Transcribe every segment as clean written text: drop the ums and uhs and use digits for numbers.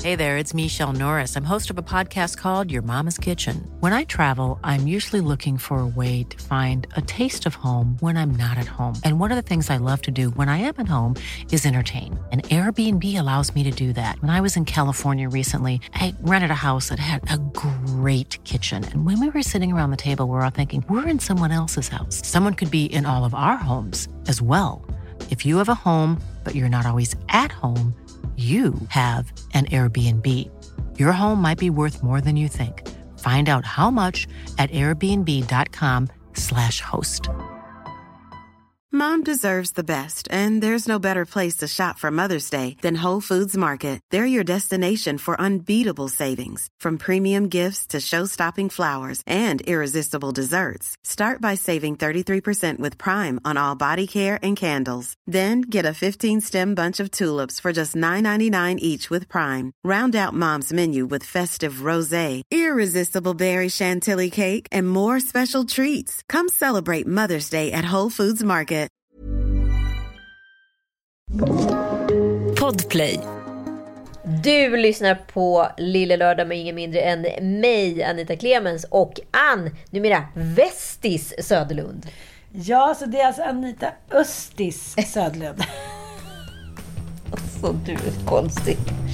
Hey there, it's Michelle Norris. I'm host of a podcast called Your Mama's Kitchen. When I travel, I'm usually looking for a way to find a taste of home when I'm not at home. And one of the things I love to do when I am at home is entertain. And Airbnb allows me to do that. When I was in California recently, I rented a house that had a great kitchen. And when we were sitting around the table, we were all thinking, we're in someone else's house. Someone could be in all of our homes as well. If you have a home, but you're not always at home, you have an Airbnb. Your home might be worth more than you think. Find out how much at airbnb.com/host. Mom deserves the best, and there's no better place to shop for Mother's Day than Whole Foods Market. They're your destination for unbeatable savings, from premium gifts to show-stopping flowers and irresistible desserts. Start by saving 33% with Prime on all body care and candles. Then get a 15-stem bunch of tulips for just $9.99 each with Prime. Round out Mom's menu with festive rosé, irresistible berry chantilly cake, and more special treats. Come celebrate Mother's Day at Whole Foods Market. Podplay. Du lyssnar på Lille Lördag med ingen mindre än mig, Anita Clemens, och Ann, numera Vestis Söderlund. Ja, så det är alltså Anita Östis Söderlund. Så du är konstig.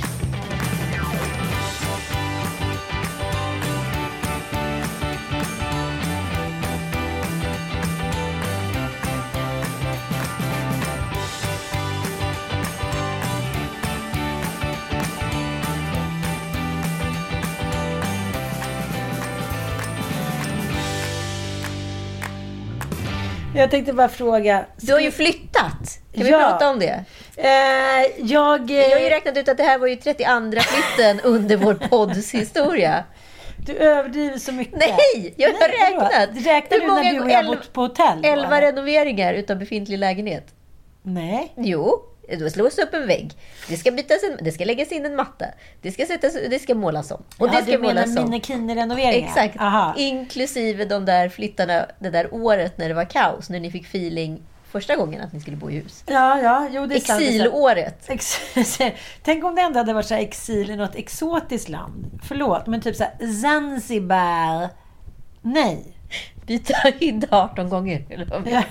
Jag tänkte bara fråga... Du har ju flyttat. Kan vi prata om det? Jag har ju räknat ut att det här var ju 32:a flytten under vår podds historia. Du överdriver så mycket. Nej, jag har räknat. Räknar du när du och jag bott på hotell? 11 renoveringar utav befintlig lägenhet. Nej. Jo, då slås upp en vägg. Det ska bytas det ska läggas in en matta. Det ska målas om. Och det ska målas om. Minikin-renoveringar. Exakt. Aha. Inklusive de där flyttarna det där året när det var kaos, när ni fick feeling första gången att ni skulle bo i hus. Ja, jo, det är exilåret. Tänk om det ändå hade varit så här exil i något exotiskt land. Förlåt, men typ så här Zanzibar. Nej. Byta hydda 18 gånger. Eller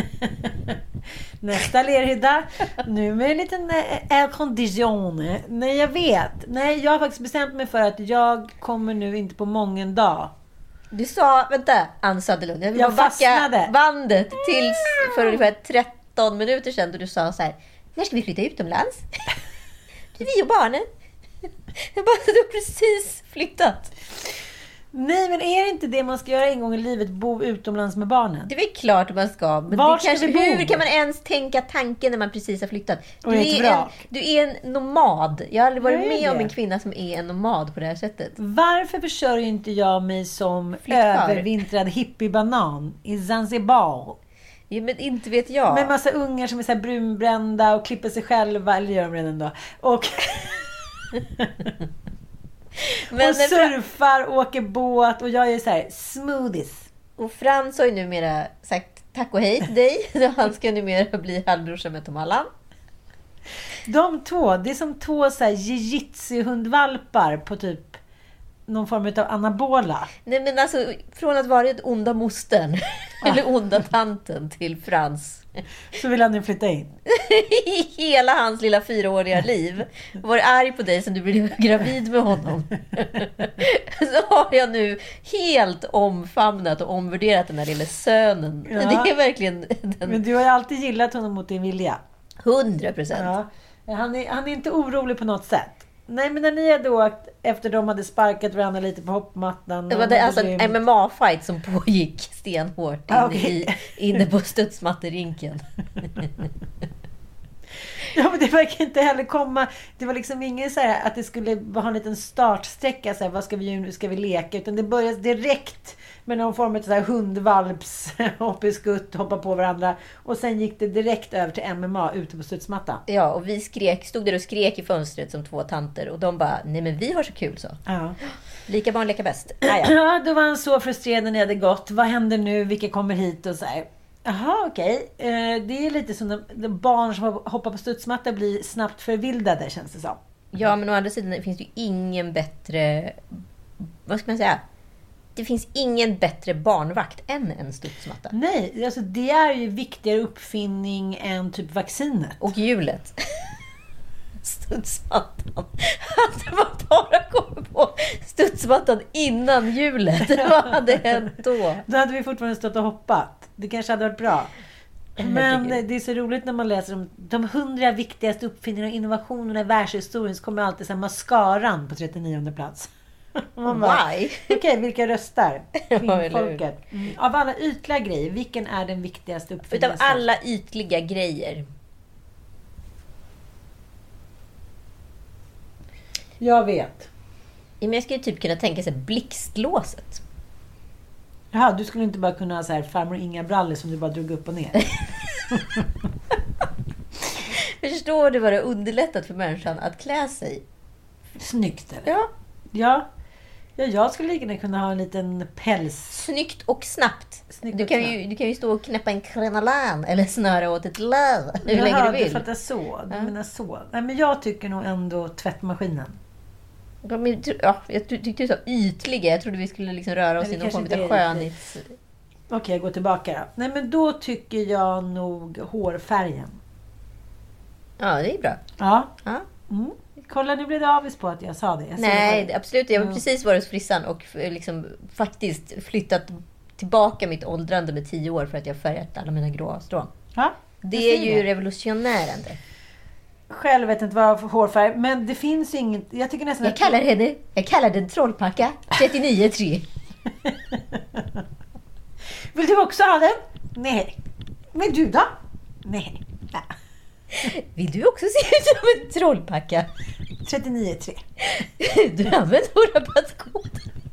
Nästa lerhydda. Nu med en liten aircondition. Nej, jag vet. Nej, jag har faktiskt bestämt mig för att jag kommer nu inte på mången dag. Du sa, vänta, Ann Söderlund. Jag vill backa bandet tills för ungefär 13 minuter sedan då du sa så här: när ska vi flytta utomlands? Det är vi och barnen. Jag bara, du har precis flyttat. Nej, men är det inte det man ska göra en gång i livet? Bo utomlands med barnen? Det är väl klart att man ska. Men var ska vi bo? Hur kan man ens tänka tanken när man precis har flyttat? Du är en nomad. Jag har aldrig varit med om en kvinna som är en nomad på det här sättet. Varför försörjer inte jag mig som övervintrad hippiebanan i Zanzibar? Ja, men inte vet jag. Med massa ungar som är så här brunbrända och klipper sig själva. Eller gör de redan då? Och... och surfar, åker båt och jag är så här smoothies. Och Frans har ju numera sagt tack och hej till dig. Han ska numera bli halvbrorsa med Tom Allan. De två, det är som två så här jiu-jitsu-hundvalpar på typ någon form av anabola. Nej, men alltså från att vara ett onda mostern eller onda tanten till Frans, så vill han nu flytta in. I hela hans lilla 4-åriga liv. Var arg på dig sen du blev gravid med honom. Så har jag nu helt omfamnat och omvärderat den här lilla sönen. Ja. Det är verkligen den... Men du har ju alltid gillat honom mot din vilja. 100%. Ja. Han är inte orolig på något sätt. Nej, men när ni hade åkt efter de hade sparkat varandra lite på hoppmattan. Det var alltså en MMA-fight som pågick stenhårt inne på studsmatterinken. Ja, men det verkar inte heller komma. Det var liksom ingen så här att det skulle ha en liten startsträcka så här, vad ska vi göra nu, ska vi leka, utan det började direkt med någon form av så här hundvalps hopp i skutt, hoppa på varandra, och sen gick det direkt över till MMA ute på studsmattan. Ja, och vi stod där och skrek i fönstret som två tanter, och de bara, nej men vi har så kul så. Ja. Lika barn leka bäst. Ja, då var han så frustrerad när det hade gått. Vad händer nu? Vilka kommer hit? Och så här. Jaha, okej. Det är lite som de barn som hoppar på studsmatta blir snabbt förvildade, känns det som. Ja, men å andra sidan finns det ju ingen bättre... Vad ska man säga? Det finns ingen bättre barnvakt än en studsmatta. Nej, alltså det är ju viktigare uppfinning än typ vaccinet. Och hjulet. Studsmattan. Hade man bara kommit på studsmattan innan hjulet. Vad hade hänt då? Då hade vi fortfarande stått och hoppat. Det kanske hade varit bra. Men det är så roligt när man läser om de 100 viktigaste uppfinningarna och innovationerna i världshistorien, så kommer alltid så här mascaran på 39:e plats. Why? Okej, vilka röstar? Folket. Av alla ytliga grejer, vilken är den viktigaste uppfinningen? Utav alla ytliga grejer. Jag vet. Men jag skulle typ kunna tänka sig blixtlåset. Jaha, du skulle inte bara kunna ha så här farmor Inga brallor som du bara drog upp och ner. Förstår du vad det underlättat för människan att klä sig? Snyggt, eller? Ja, jag skulle lika gärna kunna ha en liten päls. Snyggt och snabbt. Du kan ju stå och knäppa en krenalan eller snöra åt ett löv hur länge du vill. Du fattar så. Du menar så. Nej, men jag tycker nog ändå tvättmaskinen. Ja, jag tyckte du sa ytliga. Jag trodde vi skulle liksom röra oss i någon form av skönhets... Okej, jag går tillbaka då. Nej, men då tycker jag nog hårfärgen. Ja, det är bra. Ja. Mm. Kolla, nu blev det avis på att jag sa det. Nej, absolut. Jag var precis varit hos frissan och liksom faktiskt flyttat tillbaka mitt åldrande med 10 år för att jag färgat alla mina gråa strån. Ja, det är ju revolutionärande. Själv vet inte vad för hårfärg, men det finns inget... Jag tycker nästan jag kallar den trollpacka 39-3. Vill du också ha den? Nej. Men du då? Nej. Ja. Vill du också se ut som en trollpacka? 39,3. Du använder våra rabattkod.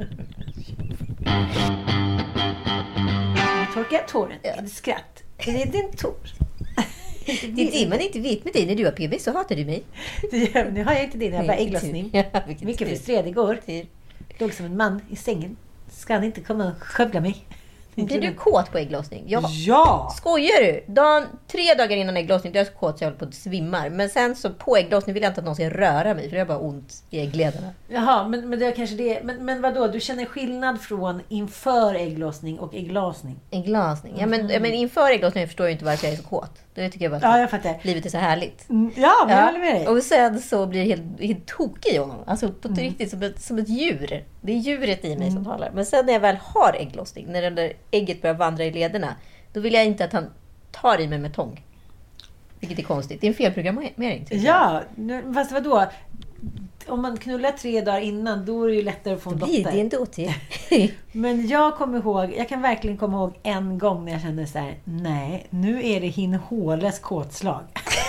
Nu torkar jag tåren. Är det skratt? Är det din tår? Det är det man inte vet med dig. När du har PB så hatar du mig. Nu har jag inte det när jag bara ägglossning. Mycket frustrerad igår. Låg som en man i sängen. Ska han inte komma och skövla mig? Blir du kåt på ägglossning? Ja! Skojar du? 3 dagar innan ägglossning, då är jag så kåt så jag håller på att svimmar. Men sen så på ägglossning vill jag inte att någon ska röra mig, för jag har bara ont i ägglederna. Jaha, men det är kanske det. Men vadå? Du känner skillnad från inför ägglossning och ägglasning? Ägglasning? Ja, men inför ägglossning förstår jag inte varför jag är så kåt. Det tycker jag bara att jag fattar. Livet är så härligt. Ja, men jag håller med dig. Och sen så blir det helt tokig i honom. Alltså på riktigt som ett djur. Det är djuret i mig som talar. Men sen när jag väl har ägglossning, när det där ägget börjar vandra i lederna, då vill jag inte att han tar i mig med tång. Vilket är konstigt. Det är en felprogrammering. Ja, fast vadå? Om man knullar 3 dagar innan, då är det ju lättare att få en dotter. Det är inte åt. Men jag kan verkligen komma ihåg en gång när jag kände så här: nej, nu är det hin håles kåtslag.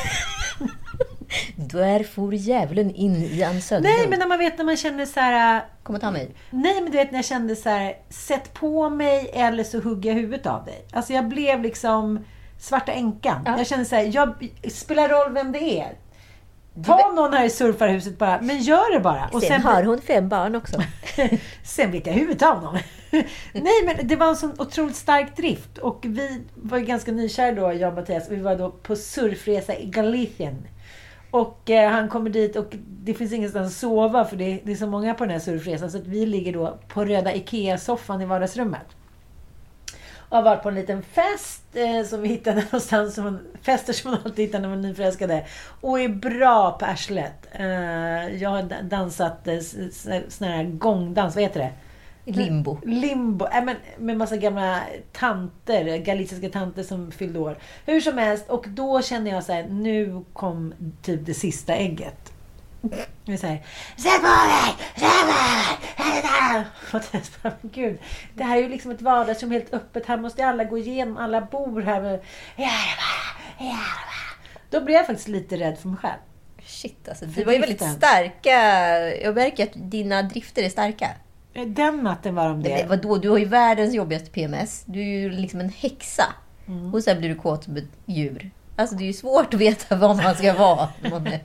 Där får djävulen in i en sönder. Nej, men när man känner så här... Kom och ta mig. Nej, men du vet när jag kände så här: sätt på mig eller så hugger jag huvudet av dig. Alltså jag blev liksom svarta änkan. Ja. Jag kände så här: jag spelar roll vem det är. Ta någon här i surfarhuset bara, men gör det bara. Och sen har hon 5 barn också. Sen vet jag huvudet av honom. Nej, men det var en sån otroligt stark drift. Och vi var ju ganska nykära då, jag och Mattias. Vi var då på surfresa i Galicien. Och han kommer dit och det finns ingenstans att sova, för det är så många på den här surfresan. Så att vi ligger då på röda Ikea-soffan i vardagsrummet. Och har varit på en liten fest som vi hittade någonstans. Fester som man alltid hittar när man är nyförälskade. Och är bra på arslet. Jag har dansat sån här gångdans, vad heter det? Limbo. Med massa gamla tanter, galiciska tanter som fyllde år. Hur som helst, och då kände jag så här: nu kom typ det sista ägget. Vi säger: sätt på dig! Gud, det här är ju liksom ett vardagsrum helt öppet. Här måste alla gå igenom, alla bor här. Då blev jag faktiskt lite rädd för mig själv. Shit, alltså, du var ju väldigt starka. Jag märker att dina drifter är starka. Den natten var de det. Vadå? Du har ju världens jobbigaste PMS. Du är ju liksom en häxa. Och sen blir du kåt som ett djur. Alltså det är ju svårt att veta vad man ska vara. Det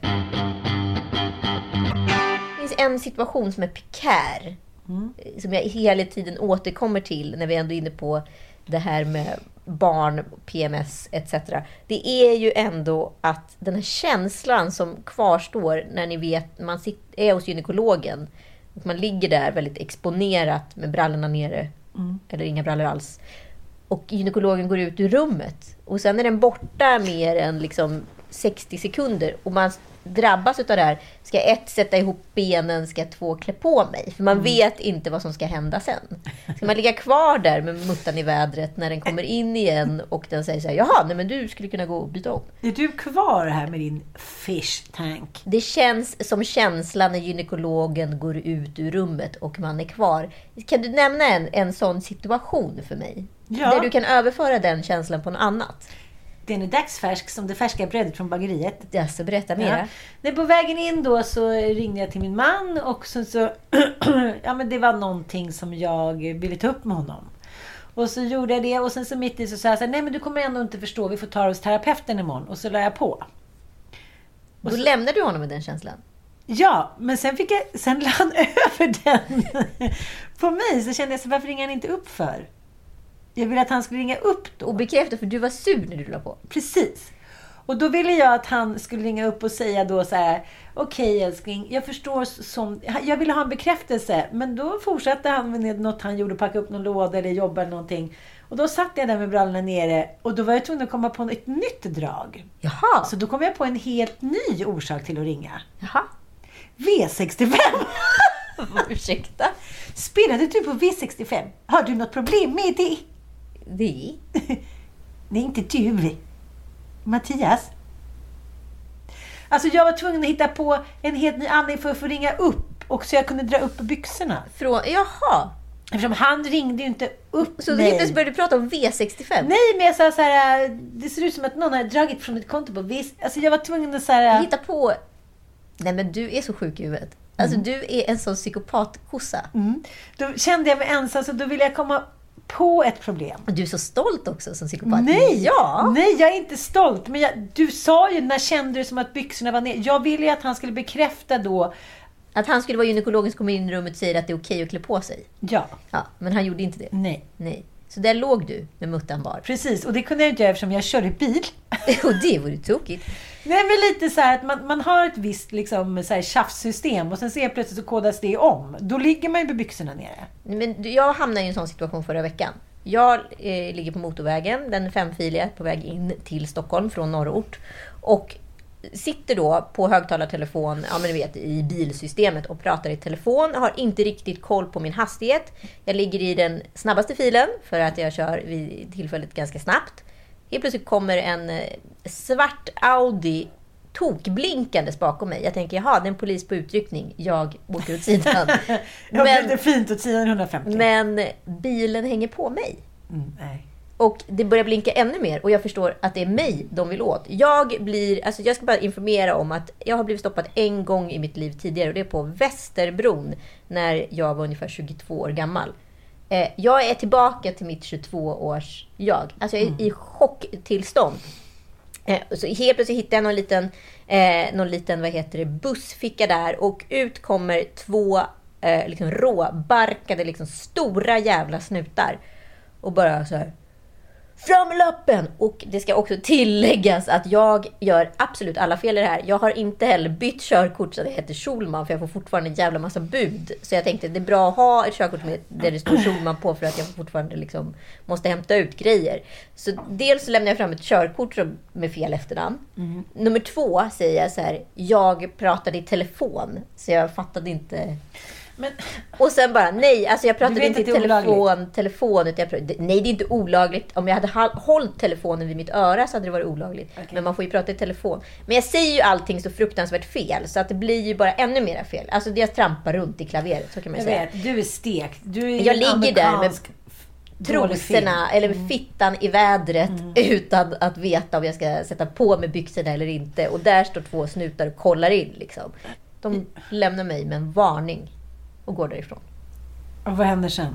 finns en situation som är pikär. Som jag hela tiden återkommer till när vi ändå är inne på det här med barn, PMS etc. Det är ju ändå att den här känslan som kvarstår när ni vet, man är hos gynekologen och man ligger där väldigt exponerat med brallorna nere, eller inga brallor alls, och gynekologen går ut ur rummet och sen är den borta mer än liksom 60 sekunder och man drabbas av det här. Ska 1 sätta ihop benen, ska 2 klä på mig? För man vet inte vad som ska hända sen. Ska man ligga kvar där med muttan i vädret när den kommer in igen och den säger så här, jaha, nej men du skulle kunna gå och byta om. Är du kvar här med din fish tank? Det känns som känslan när gynekologen går ut ur rummet och man är kvar. Kan du nämna en sån situation för mig? Ja. Där du kan överföra den känslan på något annat. Den är dagsfärsk som det färska brödet från bageriet. Ja, så berätta mer. Ja. På vägen in då så ringde jag till min man och så ja men det var någonting som jag ville ta upp med honom. Och så gjorde jag det och sen så mitt i så sa jag så här, nej men du kommer ändå inte förstå, vi får ta oss terapeuten imorgon. Och så la jag på. Och då lämnade du honom med den känslan? Ja, men sen la han över den på mig. Så kände jag så varför ringer han inte upp för? Jag ville att han skulle ringa upp då. Och bekräfta, för du var sur när du la på. Precis. Och då ville jag att han skulle ringa upp och säga då så här: okej, älskling, jag förstår jag ville ha en bekräftelse. Men då fortsatte han med något han gjorde, packa upp någon låda eller jobba eller någonting. Och då satt jag där med brallorna nere och då var jag tvungen att komma på ett nytt drag. Jaha. Så då kom jag på en helt ny orsak till att ringa. Jaha. V65. Ursäkta? Spelade du på V65? Har du något problem med det? Det? Nej, inte du. Mattias. Alltså jag var tvungen att hitta på en helt ny anledning för att få ringa upp. Och så jag kunde dra upp byxorna. Jaha. Eftersom han ringde ju inte upp så mig. Så helt började du prata om V65? Nej, men jag sa så här: det ser ut som att någon har dragit från ett konto på V. Alltså jag var tvungen att så här... hitta på... Nej, men du är så sjuk i huvudet. Alltså du är en sån psykopatkossa. Då kände jag mig ensam, så då ville jag komma på ett problem. Och du är så stolt också som psykopat. Nej, ja. Nej, jag är inte stolt. Men du sa ju, när kände du som att byxorna var ner? Jag ville ju att han skulle bekräfta då. Att han skulle vara gynekologen som kommer in i rummet och säger att det är okej att klä på sig. Ja. Men han gjorde inte det. Nej. Så där låg du med muttan bar. Precis, och det kunde jag inte göra eftersom jag körde bil. Och det vore tokigt. Nej, men lite så här att man har ett visst liksom, så här, tjafssystem och sen ser plötsligt så kodas det om. Då ligger man ju med byxorna nere. Men jag hamnade i en sån situation förra veckan. Jag ligger på motorvägen, den 5-filiga, på väg in till Stockholm från norrort. Och sitter då på högtalartelefon, ja men ni vet, i bilsystemet och pratar i telefon. Har inte riktigt koll på min hastighet. Jag ligger i den snabbaste filen för att jag kör vid tillfället ganska snabbt. Helt plötsligt kommer en svart Audi tokblinkandes bakom mig. Jag tänker, jaha, det är en polis på utryckning. Jag åker åt sidan. Men, det är fint åt sidan 150. Men bilen hänger på mig. Nej. Och det börjar blinka ännu mer. Och jag förstår att det är mig de vill åt. Jag ska bara informera om att jag har blivit stoppad en gång i mitt liv tidigare. Och det är på Västerbron. När jag var ungefär 22 år gammal. Jag är tillbaka till mitt 22-års jag. Alltså jag är i chocktillstånd. Så helt plötsligt hittar jag någon liten bussficka där. Och ut kommer 2 liksom råbarkade liksom stora jävla snutar. Och bara så här: fram med lappen! Och det ska också tilläggas att jag gör absolut alla fel i det här. Jag har inte heller bytt körkort så det heter Schulman, för jag får fortfarande en jävla massa bud. Så jag tänkte det är bra att ha ett körkort där det står Schulman på, för att jag fortfarande liksom måste hämta ut grejer. Så dels lämnar jag fram ett körkort med fel efternamn. Nummer 2 säger jag så här: jag pratade i telefon, så jag fattade inte. Men, och sen bara, nej, alltså jag pratade inte i telefon utan nej, det är inte olagligt. Om jag hade hållit telefonen vid mitt öra så hade det varit olagligt. Okay. Men man får ju prata i telefon. Men jag säger ju allting så fruktansvärt fel, så att det blir ju bara ännu mer fel. Alltså jag trampar runt i klaveret, så kan man säga. Vet, du är stekt. Jag ligger där med trosorna eller fittan i vädret utan att veta om jag ska sätta på mig byxorna eller inte. Och där står 2 snutar och kollar in liksom. De lämnar mig med en varning och går därifrån. Och vad händer sen?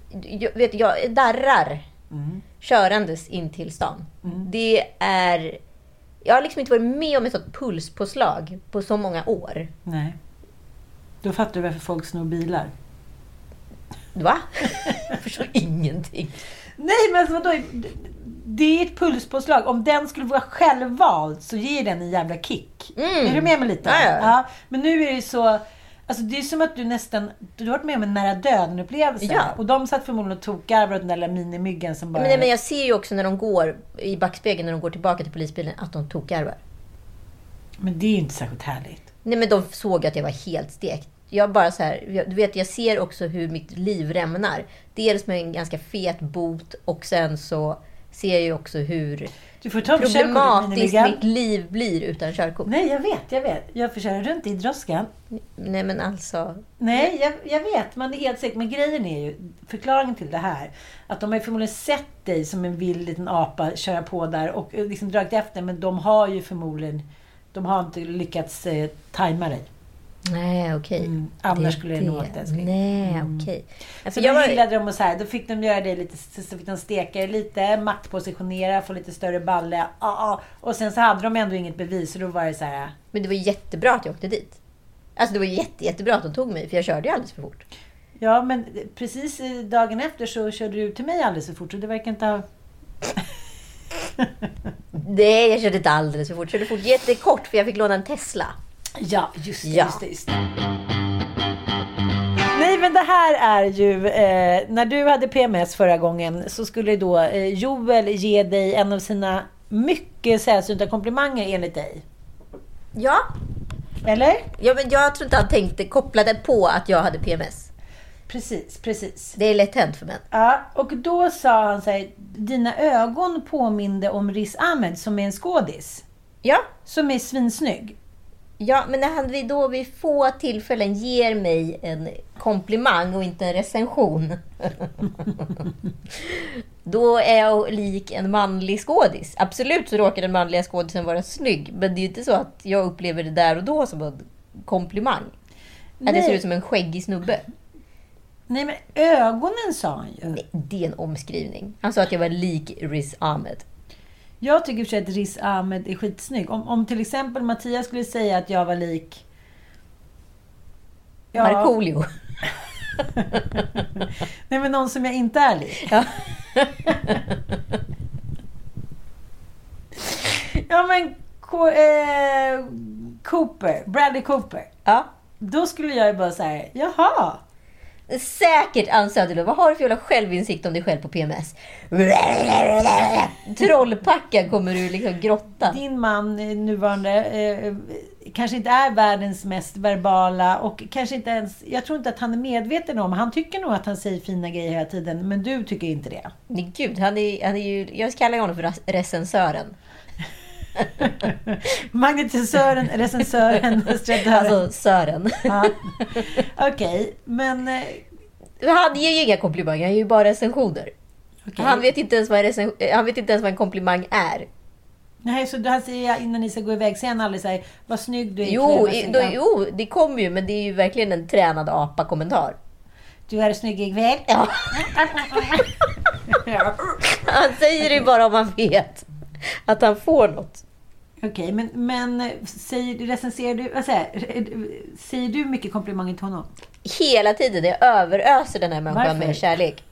Jag darrar körandes in till stan. Det är... Jag har liksom inte varit med om ett sånt pulspåslag på så många år. Nej. Då fattar du varför folk snor bilar. Va? Jag förstår ingenting. Nej, men alltså, vadå? det är ett pulspåslag. Om den skulle vara självvald så ger den en jävla kick. Är du med mig lite? Ja. Men nu är det ju så... Alltså det är som att du har varit med om en nära döden-upplevelse. Ja. Och de satt förmodligen och tokar åt den där minimyggen som bara... Men jag ser ju också när de går i backspegeln, när de går tillbaka till polisbilen, att de tokarvar. Men det är ju inte särskilt härligt. Nej, men de såg att jag var helt stekt. Jag bara så här, du vet, jag ser också hur mitt liv rämnar. Dels med en ganska fet bot, och sen så ser jag ju också hur problematiskt mitt liv blir utan körkort. Nej, jag vet. Jag får köra runt i droskan. Nej, men alltså... Nej, jag vet. Man är helt säker. Men grejen är ju, förklaringen till det här, att de har förmodligen sett dig som en vild liten apa köra på där och liksom dragit efter. Men de har ju förmodligen, de har inte lyckats tajma dig. Nej, okej. Annars skulle det nog åt det. Nej, okej. Så då gillade de och så här, då fick de göra det lite, så fick de steka det lite, maktpositionera, få lite större balle. Och sen så hade de ändå inget bevis, så då var det så här. Men det var jättebra att jag åkte dit. Alltså det var jättebra att de tog mig, för jag körde ju alldeles för fort. Ja, men precis dagen efter så körde du till mig alldeles för fort, så det verkar inte ha... Nej, jag körde inte alldeles för fort. Jag körde fort jättekort, för jag fick låna en Tesla. Ja, just det. Nej, men det här är ju när du hade PMS förra gången, så skulle då Joel ge dig en av sina mycket sällsynta komplimanger enligt dig. Ja. Eller? Ja, men jag tror inte han tänkte koppla det på att jag hade PMS. Precis. Det är lätt hänt för mig. Ja, och då sa han så här, dina ögon påminde om Riz Ahmed som är en skådis. Ja. Som är svinsnygg. Ja, men när han då vid få tillfällen ger mig en komplimang och inte en recension, då är jag lik en manlig skådis. Absolut så råkar den manliga skådisen vara snygg, men det är ju inte så att jag upplever det där och då som en komplimang. Att det ser ut som en skäggig snubbe. Nej, men ögonen sa han ju. Nej, det är en omskrivning. Han sa att jag var lik Riz Ahmed. Jag tycker för att Riz Ahmed är skitsnygg. Om till exempel Mattias skulle säga att jag var lik... Markoolio. Nej, men någon som jag inte är lik. Ja. Ja, men Cooper. Bradley Cooper. Ja. Då skulle jag ju bara säga, jaha. Säkert, Ann Söderlund. Vad har du för jävla självinsikt om dig själv på PMS? Trollpacka kommer du liksom grotta. Din man nuvarande kanske inte är världens mest verbala och kanske inte ens, jag tror inte att han är medveten om, han tycker nog att han säger fina grejer hela tiden, men du tycker inte det. Nej, gud, han är ju, jag kallar honom för recensören. Magnetisören, recensören, alltså Sören. Ja. Okej, men han ger ju inga komplimanger, han ger ju bara recensioner. Okay. Han vet inte ens vad en komplimang är. Nej, så han säger innan ni ska gå iväg, säger han aldrig säger vad snygg du är. Jo, det kommer ju, men det är ju verkligen en tränad apa-kommentar. Du är snygg ikväll. Ja. Han säger det bara om man vet att han får något. Okej, men säger du mycket komplimanger till honom? Hela tiden, jag överöser den här människan med kärlek.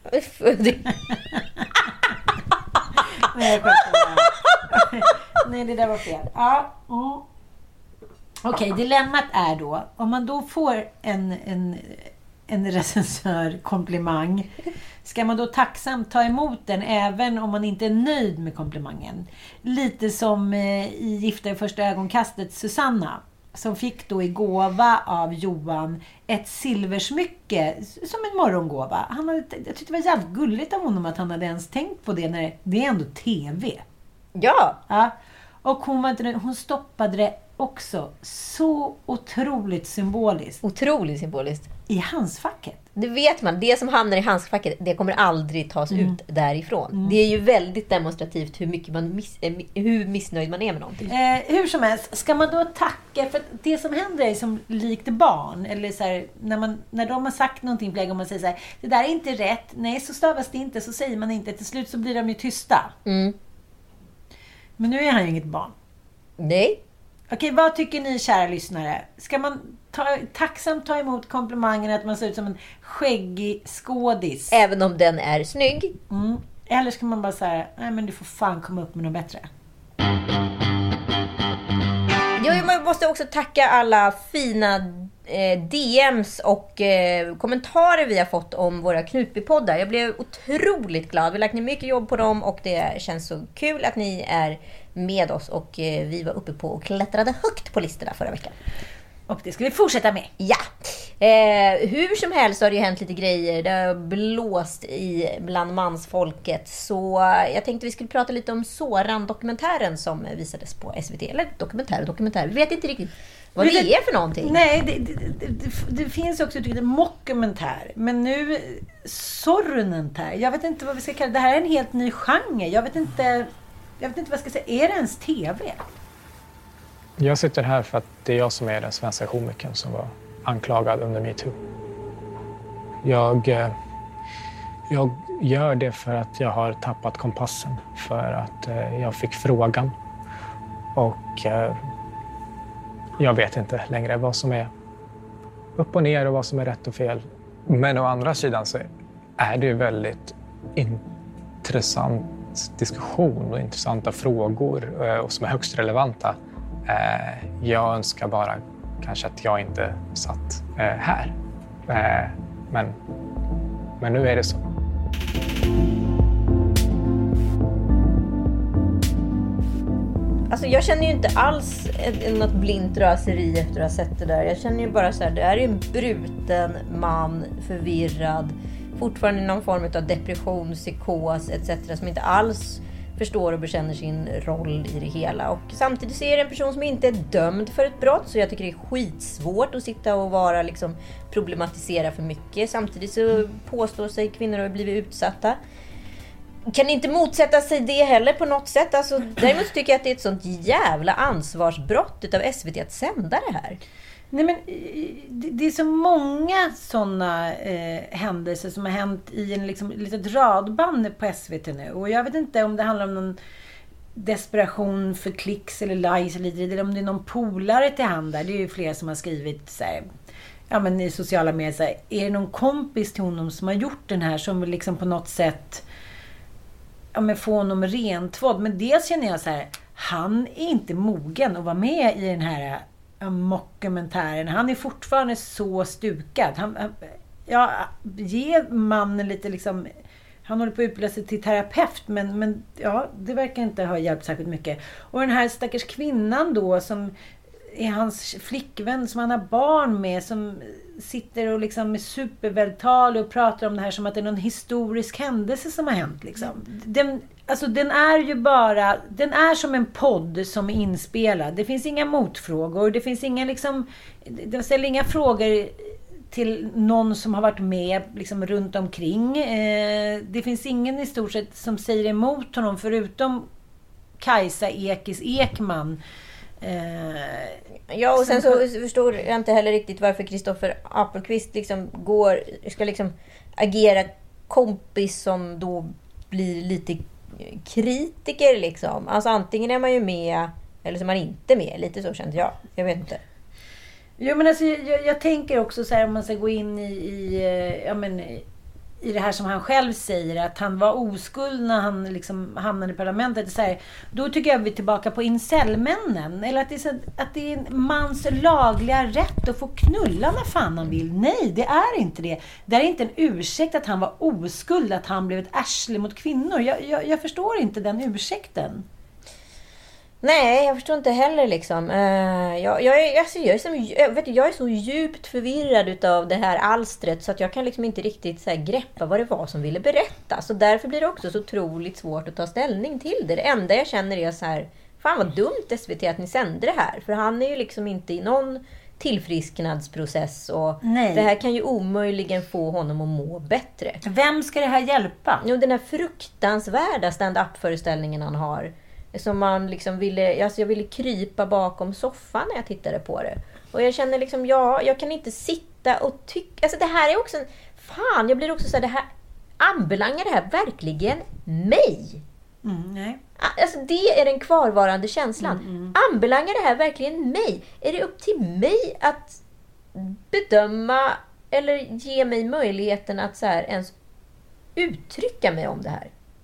Nej, det där var fel. Ja. Okej, dilemmat är då, om man då får en recensör-komplimang, ska man då tacksamt ta emot den även om man inte är nöjd med komplimangen? Lite som i Gifta i första ögonkastet Susanna, som fick då i gåva av Johan ett silversmycke som en morgongåva. Jag tyckte det var jävligt gulligt av honom att han hade ens tänkt på det, när det är ändå tv. Ja. Och hon stoppade det också så otroligt symboliskt. Otroligt symboliskt. I handskfacket. Det vet man, det som hamnar i handskfacket, det kommer aldrig tas ut därifrån. Det är ju väldigt demonstrativt hur missnöjd man är med någonting. Hur som helst, ska man då tacka för det som händer är som likt barn, eller så här, när de har sagt någonting flera gånger och man säger så här, det där är inte rätt, nej så stavas det inte, så säger man inte, till slut så blir de ju tysta. Men nu är han ju inget barn. Nej. Okej, vad tycker ni, kära lyssnare? Ska man tacksamt ta emot komplimangen att man ser ut som en skäggig skådis? Även om den är snygg? Eller ska man bara säga, nej men du får fan komma upp med något bättre. Jag måste också tacka alla fina DMs och kommentarer vi har fått om våra Knutbypoddar. Jag blev otroligt glad. Vi har lagt ner mycket jobb på dem och det känns så kul att ni är med oss. Och vi var uppe på och klättrade högt på listorna förra veckan. Och det ska vi fortsätta med. Ja. Hur som helst har det ju hänt lite grejer. Det har blåst bland mansfolket. Så jag tänkte vi skulle prata lite om Soran-dokumentären som visades på SVT. Eller dokumentär. Vi vet inte riktigt vad det är för någonting. Nej, det finns också ett mockumentär. Men nu Sorunentär. Jag vet inte vad vi ska kalla det. Det här är en helt ny genre. Jag vet inte vad jag ska säga. Är det ens tv? Jag sitter här för att det är jag som är den svenska komikern som var anklagad under MeToo. Jag gör det för att jag har tappat kompassen. För att jag fick frågan. Och jag vet inte längre vad som är upp och ner och vad som är rätt och fel. Men å andra sidan så är det ju väldigt intressant diskussion och intressanta frågor och som är högst relevanta. Jag önskar bara kanske att jag inte satt här. Men nu är det så. Alltså jag känner ju inte alls något blint raseri efter att ha sett det där. Jag känner ju bara så här, det är ju en bruten man, förvirrad, fortfarande någon form av depression, psykos etc. som inte alls förstår och bekänner sin roll i det hela. Och samtidigt så är det en person som inte är dömd för ett brott, så jag tycker det är skitsvårt att sitta och vara liksom problematisera för mycket. Samtidigt så påstår sig kvinnor att blivit utsatta. Kan inte motsätta sig det heller på något sätt. Alltså, däremot tycker jag att det är ett sånt jävla ansvarsbrott utav SVT att sända det här. Nej, men det är så många sådana händelser som har hänt i en liksom, litet radband på SVT nu. Och jag vet inte om det handlar om någon desperation för klicks eller likes eller om det är någon polare till hand där. Det är ju flera som har skrivit så här, ja, men i sociala medier så här, är det någon kompis till honom som har gjort den här som vill liksom på något sätt få honom rentvådd. Men dels känner jag så här, han är inte mogen att vara med i den här mockumentären. Han är fortfarande så stukad. Ge mannen lite liksom, han håller på att utbilda sig till terapeut, men ja, det verkar inte ha hjälpt särskilt mycket. Och den här stackars kvinnan då som är hans flickvän som han har barn med, som sitter och liksom är supervältalig och pratar om det här som att det är någon historisk händelse som har hänt liksom. Den är som en podd som är inspelad. Det finns inga motfrågor, det finns inga liksom, de ställer inga frågor till någon som har varit med liksom runt omkring. Det finns ingen i stort sett som säger emot honom förutom Kajsa Ekman. Ja, och sen så förstår jag inte heller riktigt varför Kristoffer Appelqvist liksom ska liksom agera kompis som då blir lite kritiker liksom. Alltså antingen är man ju med eller så är man inte med. Lite så kände jag. Jag vet inte. Jo, men alltså jag tänker också så här, om man ska gå in i det här som han själv säger, att han var oskuld när han liksom hamnade i parlamentet, så här, då tycker jag vi är tillbaka på incellmännen, eller att det är en mans lagliga rätt att få knulla när fan han vill. Nej, det är inte det. Det är inte en ursäkt att han var oskuld, att han blev ett arsle mot kvinnor. Jag förstår inte den ursäkten. Nej, jag förstår inte heller liksom. Jag är så djupt förvirrad utav det här alstret så att jag kan liksom inte riktigt så här greppa vad det var som ville berätta. Så därför blir det också så otroligt svårt att ta ställning till det. Det enda jag känner är så här, fan vad dumt SVT att ni sände det här. För han är ju liksom inte i någon tillfrisknadsprocess och nej. Det här kan ju omöjligen få honom att må bättre. Vem ska det här hjälpa? Jo, den här fruktansvärda stand-up-föreställningen han har. Som man liksom jag ville krypa bakom soffan när jag tittade på det. Och jag känner liksom, jag kan inte sitta och tycka, alltså det här är också jag blir också så här, det här anbelangar det här verkligen mig? Nej. Alltså det är den kvarvarande känslan. Anbelangar det här verkligen mig? Är det upp till mig att bedöma eller ge mig möjligheten att så här ens uttrycka mig om det här?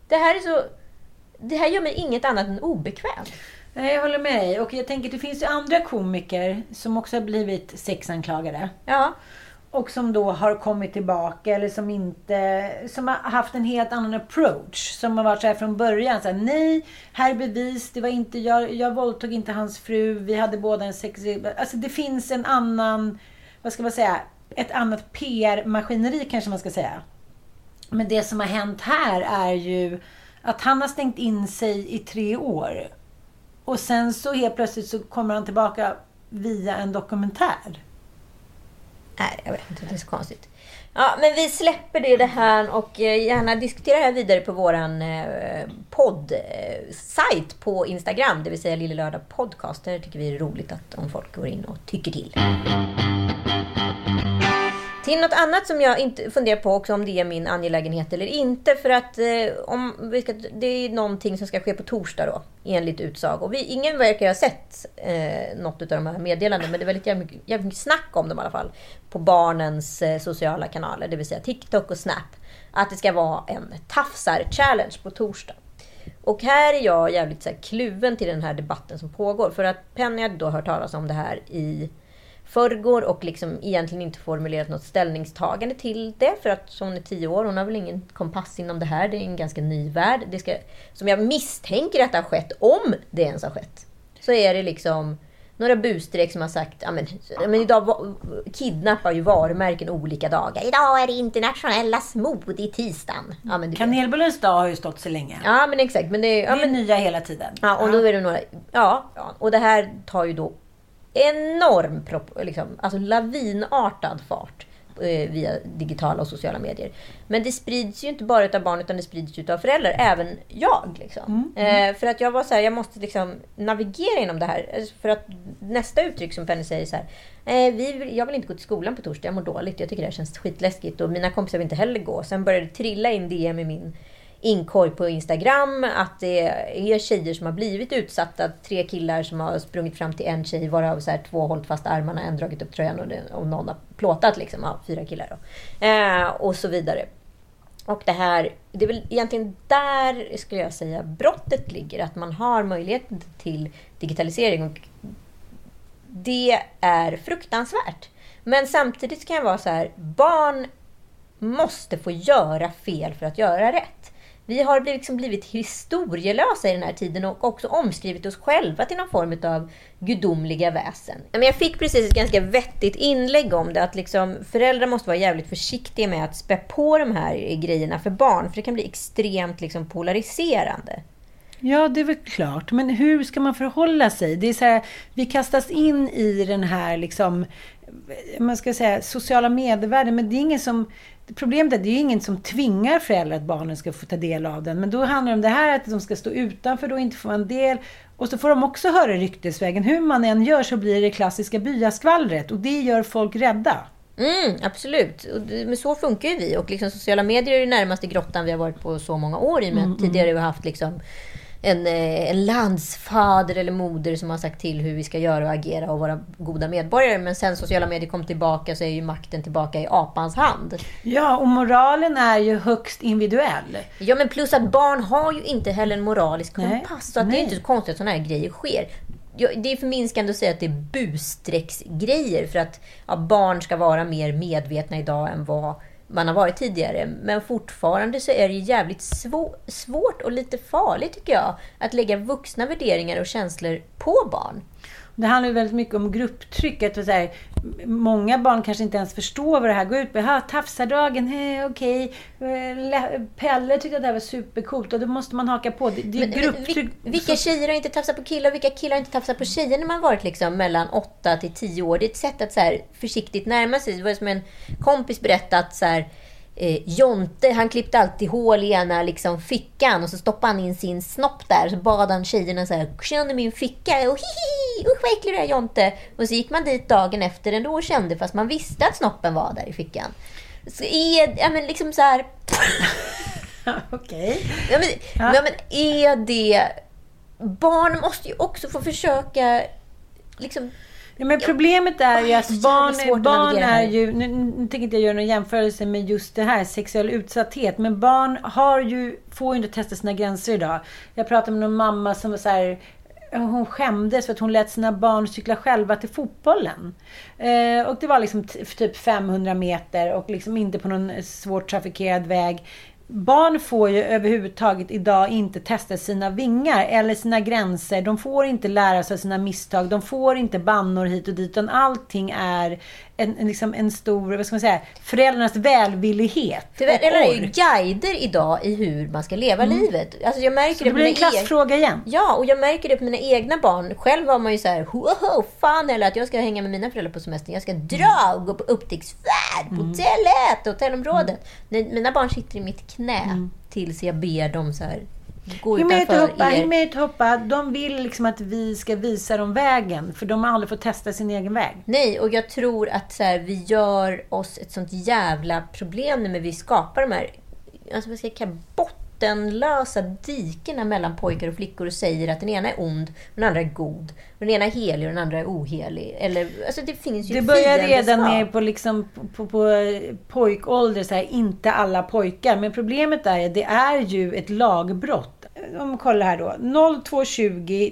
det här gör mig inget annat än obekväm. Nej, jag håller med dig. Och jag tänker att det finns ju andra komiker som också har blivit sexanklagade. Ja. Och som då har kommit tillbaka eller som har haft en helt annan approach. Som har varit så här från början. Så här, nej, här är bevis. Det var inte jag våldtog inte hans fru. Vi hade båda en sexig... Alltså det finns en annan... Vad ska man säga? Ett annat PR-maskineri kanske man ska säga. Men det som har hänt här är ju att han har stängt in sig i 3 år. Och sen så helt plötsligt så kommer han tillbaka via en dokumentär. Nej, jag vet inte, det är så konstigt. Ja, men vi släpper det här och gärna diskutera det här vidare på våran podd-sajt på Instagram, det vill säga Lille Lördag Podcast. Där tycker vi är roligt om folk går in och tycker till. Till något annat som jag inte funderar på också om det är min angelägenhet eller inte. För att det är någonting som ska ske på torsdag då, enligt utsag. Och ingen verkar ha sett något av de här meddelandena. Men det är väldigt jävligt mycket snack om dem i alla fall. På barnens sociala kanaler, det vill säga TikTok och Snap. Att det ska vara en tafsar-challenge på torsdag. Och här är jag jävligt så här, kluven till den här debatten som pågår. För att Penny hade då hört talas om det här i förrgår och liksom egentligen inte formulerat något ställningstagande till det. För att hon är 10 år, hon har väl ingen kompass inom det här. Det är en ganska ny värld. Som jag misstänker att det har skett, om det ens har skett. Så är det liksom några busstreck som har sagt men idag kidnappar ju varumärken olika dagar. Idag är det internationella smoothie-tisdagen. Ja, Kanelbullens dag har ju stått så länge. Ja, men exakt. Men det är nya hela tiden. Ja, och då är det några... Ja, och det här tar ju då enorm alltså lavinartad fart via digitala och sociala medier. Men det sprids ju inte bara utav barn, utan det sprids ju av föräldrar, även jag liksom. För att jag var så här, jag måste liksom navigera inom det här, för att nästa uttryck som Penny säger så här, jag vill inte gå till skolan på torsdag, jag mår dåligt, jag tycker det här känns skitläskigt och mina kompisar vill inte heller gå. Sen började det trilla in DM i min inkorg på Instagram att det är tjejer som har blivit utsatta, 3 killar som har sprungit fram till en tjej, varav så här 2 hållit fast armarna, en dragit upp tröjan och någon har plåtat liksom, 4 killar då. Och så vidare. Och det är väl egentligen där, skulle jag säga, brottet ligger, att man har möjligheten till digitalisering, och det är fruktansvärt. Men samtidigt kan jag vara så här, barn måste få göra fel för att göra rätt. Vi har blivit historielösa i den här tiden och också omskrivit oss själva till någon form av gudomliga väsen. Men jag fick precis ett ganska vettigt inlägg om det, att liksom föräldrar måste vara jävligt försiktiga med att spä på de här grejerna för barn, för det kan bli extremt liksom polariserande. Ja, det är väl klart. Men hur ska man förhålla sig? Det är så här, vi kastas in i den här liksom, man ska säga, sociala medievärlden, men det är ingen som... Problemet är att det är ingen som tvingar föräldrar att barnen ska få ta del av den. Men då handlar det om det här, att de ska stå utanför och inte få en del. Och så får de också höra ryktesvägen. Hur man än gör så blir det klassiska byaskvallret. Och det gör folk rädda. Absolut. Men så funkar ju vi. Och liksom sociala medier är det närmaste grottan vi har varit på så många år i. Men tidigare har vi haft liksom en landsfader eller moder som har sagt till hur vi ska göra och agera och vara goda medborgare. Men sen sociala medier kom tillbaka så är ju makten tillbaka i apans hand. Ja, och moralen är ju högst individuell. Ja, men plus att barn har ju inte heller en moralisk kompass. Så att det är inte så konstigt att sådana här grejer sker. Det är förminskande att säga att det är busstrecksgrejer, för att barn ska vara mer medvetna idag än vad man har varit tidigare. Men fortfarande så är det jävligt svårt och lite farligt, tycker jag, att lägga vuxna värderingar och känslor på barn. Det handlar ju väldigt mycket om grupptryck. Att så här, många barn kanske inte ens förstår vad det här går ut på. Tafsardagen, okej. Pelle tyckte att det här var supercoolt och då måste man haka på. Det är grupptryck. Vilka tjejer har inte tafsat på killar och vilka killar har inte tafsat på tjejer när man varit liksom mellan 8 till 10 år? Det är ett sätt att så här försiktigt närma sig. Det var som en kompis berättat så här, Jonte, han klippte alltid hål i ena liksom fickan och så stoppade han in sin snopp där, så bad han tjejerna så här, kände min ficka och hihi, usch vad äcklig det är, Jonte. Och så gick man dit dagen efter ändå och kände, fast man visste att snoppen var där i fickan. Så men liksom så här okej. Men är det, barn måste ju också få försöka liksom. Ja, men problemet är ju att barn är ju, nu tänker inte jag göra någon jämförelse med just det här, sexuell utsatthet, men barn får ju inte testa sina gränser idag. Jag pratade med någon mamma som var så här, hon skämdes för att hon lät sina barn cykla själva till fotbollen. Och det var liksom typ 500 meter och liksom inte på någon svårt trafikerad väg. Barn får ju överhuvudtaget idag inte testa sina vingar eller sina gränser. De får inte lära sig sina misstag. De får inte bannor hit och dit. Utan allting är en stor, vad ska man säga, föräldrarnas välvillighet. Det är ju guider idag i hur man ska leva livet. Alltså jag märker det blir en klassfråga igen. Ja, och jag märker det på mina egna barn. Själv var man ju så här, fan, eller att jag ska hänga med mina föräldrar på semester. Jag ska dra och gå på upptäcktsfärd på hotellområdet. Mina barn sitter i mitt knä tills jag ber dem så här, gå utanför er. Hoppa. De vill liksom att vi ska visa dem vägen, för de har aldrig fått testa sin egen väg. Nej, och jag tror att så här, vi gör oss ett sånt jävla problem när vi skapar de här, alltså vad ska jag kalla, bottenlösa dikerna mellan pojkar och flickor och säger att den ena är ond och den andra är god. Och den ena är helig och den andra är ohelig. Eller, alltså det finns ju, det börjar redan ner på, liksom, på pojkålder, så här, inte alla pojkar. Men problemet är att det är ju ett lagbrott. Om vi kollar här då. 0220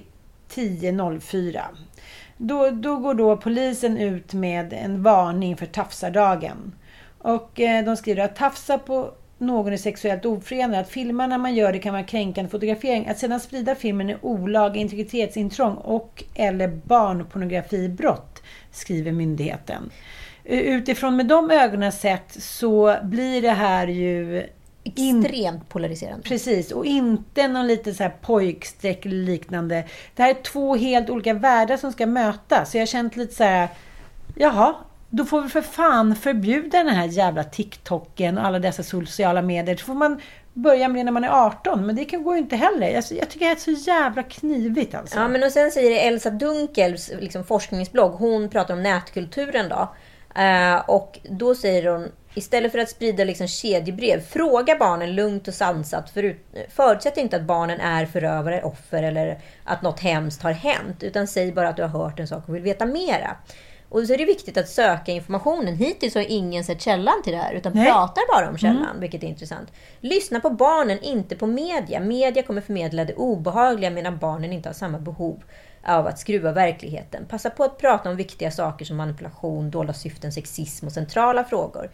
1004. Då går då polisen ut med en varning för tafsardagen. Och de skriver att tafsa på någon är sexuellt oförenad. Att filma när man gör det kan vara kränkande fotografering. Att sedan sprida filmen är olaga integritetsintrång och eller barnpornografibrott, skriver myndigheten. Utifrån med de ögonen sett så blir det här ju extremt polariserande. Precis, och inte någon lite så här pojksträck eller liknande. Det här är två helt olika världar som ska mötas. Så jag har känt lite så här, jaha, då får vi för fan förbjuda den här jävla TikToken och alla dessa sociala medier. Så får man börja med det när man är 18. Men det går ju inte heller. Alltså, jag tycker det är så jävla knivigt alltså. Ja, men och sen säger det Elsa Dunkels liksom, forskningsblogg. Hon pratar om nätkulturen då. Och då säger hon, istället för att sprida liksom kedjebrev, fråga barnen lugnt och sansat. Förutsätt inte att barnen är förövare, offer eller att något hemskt har hänt. Utan säg bara att du har hört en sak och vill veta mera. Och så är det viktigt att söka informationen. Hittills har ingen sett källan till det här, utan pratar bara om källan, vilket är intressant. Lyssna på barnen, inte på media. Media kommer förmedla det obehagliga medan barnen inte har samma behov av att skruva verkligheten. Passa på att prata om viktiga saker som manipulation, dolda syften, sexism och centrala frågor.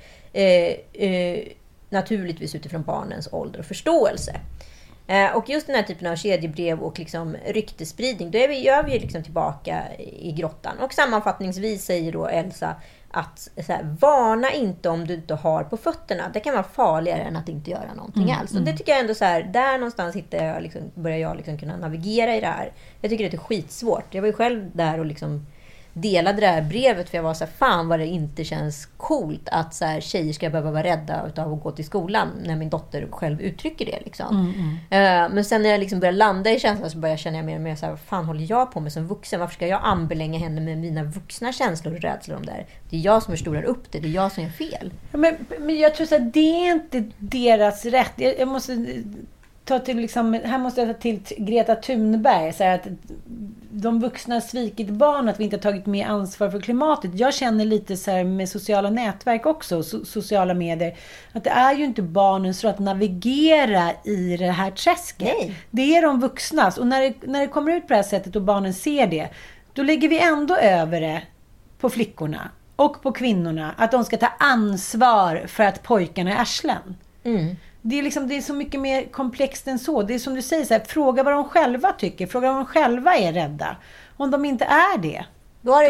Naturligtvis utifrån barnens ålder och förståelse. Och just den här typen av kedjebrev och liksom ryktespridning, då gör vi liksom tillbaka i grottan. Och sammanfattningsvis säger då Elsa att så här, varna inte om du inte har på fötterna. Det kan vara farligare än att inte göra någonting alls. Och det tycker jag ändå så här, där någonstans börjar jag liksom kunna navigera i det här. Jag tycker det är skitsvårt. Jag var ju själv där och liksom delade det här brevet, för jag var så här, fan vad det inte känns coolt att så här, tjejer ska behöva vara rädda utav att gå till skolan när min dotter själv uttrycker det liksom. Men sen när jag liksom börjar landa i känslan så börjar jag känna mer och mer så här, vad fan håller jag på med som vuxen? Varför ska jag anbelänga henne med mina vuxna känslor och rädslor om det här? Det är jag som förstorar upp det är jag som gör fel. Men jag tror så att det är inte deras rätt. Jag måste ta till liksom, här måste jag ta till Greta Thunberg, så här att de vuxna har svikit barn, att vi inte har tagit med ansvar för klimatet. Jag känner lite så här med sociala nätverk också, sociala medier, att det är ju inte barnens rätt att navigera i det här träsket. Nej. Det är de vuxnas, och när det kommer ut på det här sättet och barnen ser det, då lägger vi ändå över det på flickorna och på kvinnorna, att de ska ta ansvar för att pojkarna är arslen. Det är så mycket mer komplext än så. Det är som du säger, så här, fråga vad de själva tycker. Fråga vad de själva är rädda. Om de inte är det. Var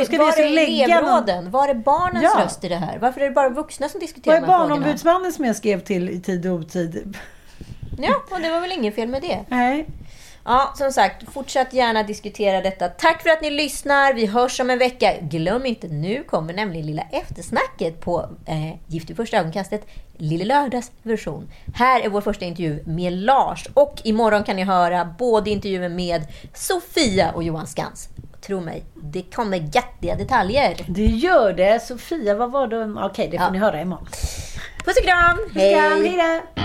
är barnens röst i det här? Varför är det bara vuxna som diskuterar de här frågorna? Var är barnombudsmannen som jag skrev till i tid och otid? Ja, och det var väl ingen fel med det. Nej. Ja, som sagt, fortsätt gärna diskutera detta. Tack för att ni lyssnar. Vi hörs om en vecka. Glöm inte, nu kommer nämligen lilla eftersnacket på Gift i första ögonkastet, Lille Lördags version. Här är vår första intervju med Lars. Och imorgon kan ni höra både intervjuer med Sofia och Johan Skans. Tro mig, det kommer jättiga detaljer. Det gör det. Sofia, vad var det? Okej, det får ni höra imorgon. Puss och kram! Hej! Hej då!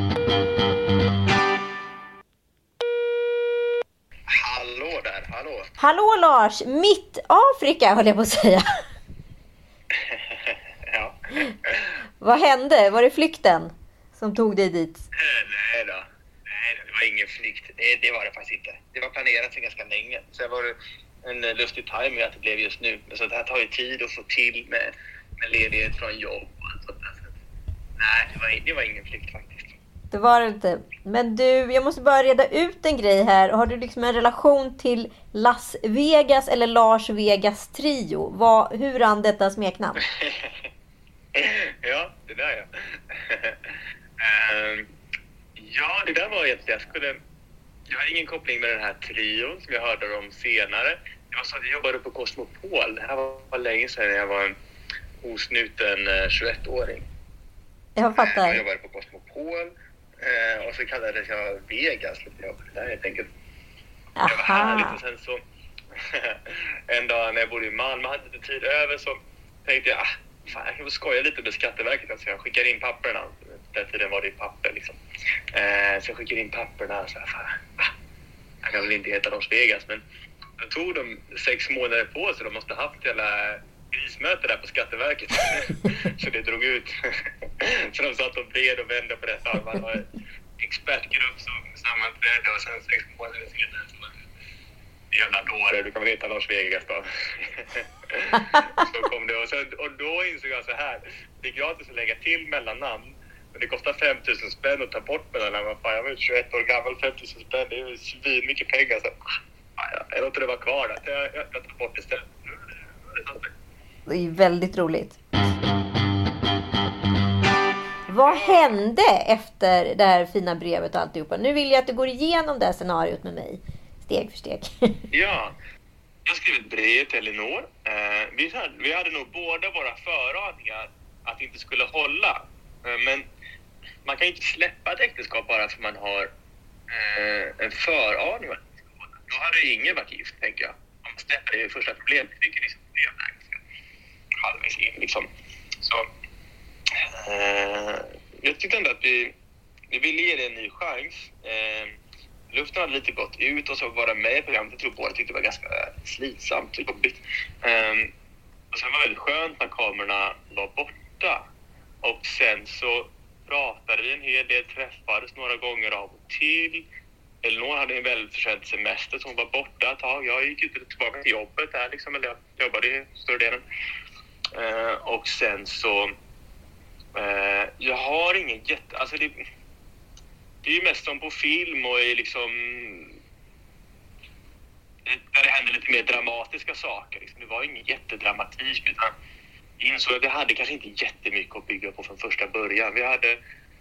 Hallå där, hallå. Hallå Lars, mitt Afrika höll jag på att säga. Ja. Vad hände? Var det flykten som tog dig dit? Nej, det var ingen flykt. Det var det faktiskt inte. Det var planerat för ganska länge. Sen var det en lustig timing att det blev just nu. Så det här tar ju tid att få till med ledighet från jobb och allt sånt där. Nej, det var ingen flykt faktiskt. Det var det inte. Men du, jag måste bara reda ut en grej här. Har du liksom en relation till Las Vegas eller Lars Vegas trio? Hur rann detta smeknamn? Ja, det där ja. Ja, det där var egentligen... Jag har ingen koppling med den här trion som jag hörde om senare. Jag jobbade på Cosmopol. Det här var länge sedan när jag var en osnuten 21-åring. Jag fattar. Jag jobbade på Cosmopol. Och så kallades jag Vegas lite jobb där helt enkelt. Det var härligt. Och sen så en dag när jag bodde i Malmö hade lite tid över så tänkte jag fan, jag kan väl skoja lite med Skatteverket. Alltså jag skickar in papperna. Den tiden var det i papper liksom. Så jag skickade in papperna och så här, jag kan väl inte heta Las Vegas, men jag tog de 6 månader på sig. De måste haft hela grismöte där på Skatteverket. Så det drog ut. Så de satt och bred och vände på detta. Man har en expertgrupp som sammanträdde och sen 6 månader senare så var det jävla dåre, du kan väl heta Las Vegas då. Så kom det och då insåg jag så här. Det är gratis att lägga till mellannamn. Men det kostar 5 000 spänn att ta bort mellannamn. Jag var 21 år gammal, 5 000 spänn, det är ju svin mycket pengar. Så jag låter det vara kvar där. Jag tar bort det istället. Det är väldigt roligt. Vad hände efter det här fina brevet och alltihopa? Nu vill jag att du går igenom det här scenariot med mig. Steg för steg. Ja, jag skrev ett brev till Elinor. Vi hade nog båda våra föraningar att det inte skulle hålla. Men man kan ju inte släppa ett äktenskap bara för man har en föraning. Då hade ingen varit gift, tänker jag. Om man släpper det första problemet. Det är liksom det här halvvägs in liksom. Så jag tyckte ändå att vi ville ge det en ny chans. Luften hade lite gått ut och så vara med i programmet. Jag tror båda tyckte det var ganska slitsamt och jobbigt. Och sen var det väldigt skönt när kamerorna var borta. Och sen så pratade vi en hel del, träffades några gånger av och till. Elinor hade en väldigt förtjänt semester så hon var borta ett tag. Jag gick ut tillbaka till jobbet där liksom, eller jag jobbade i större delen. Och sen så jag har ingen alltså det är ju mest som på film och är liksom där det händer lite mer dramatiska saker liksom. Det var ingen jättedramatik utan jag insåg att vi hade kanske inte jättemycket att bygga på från första början. Vi hade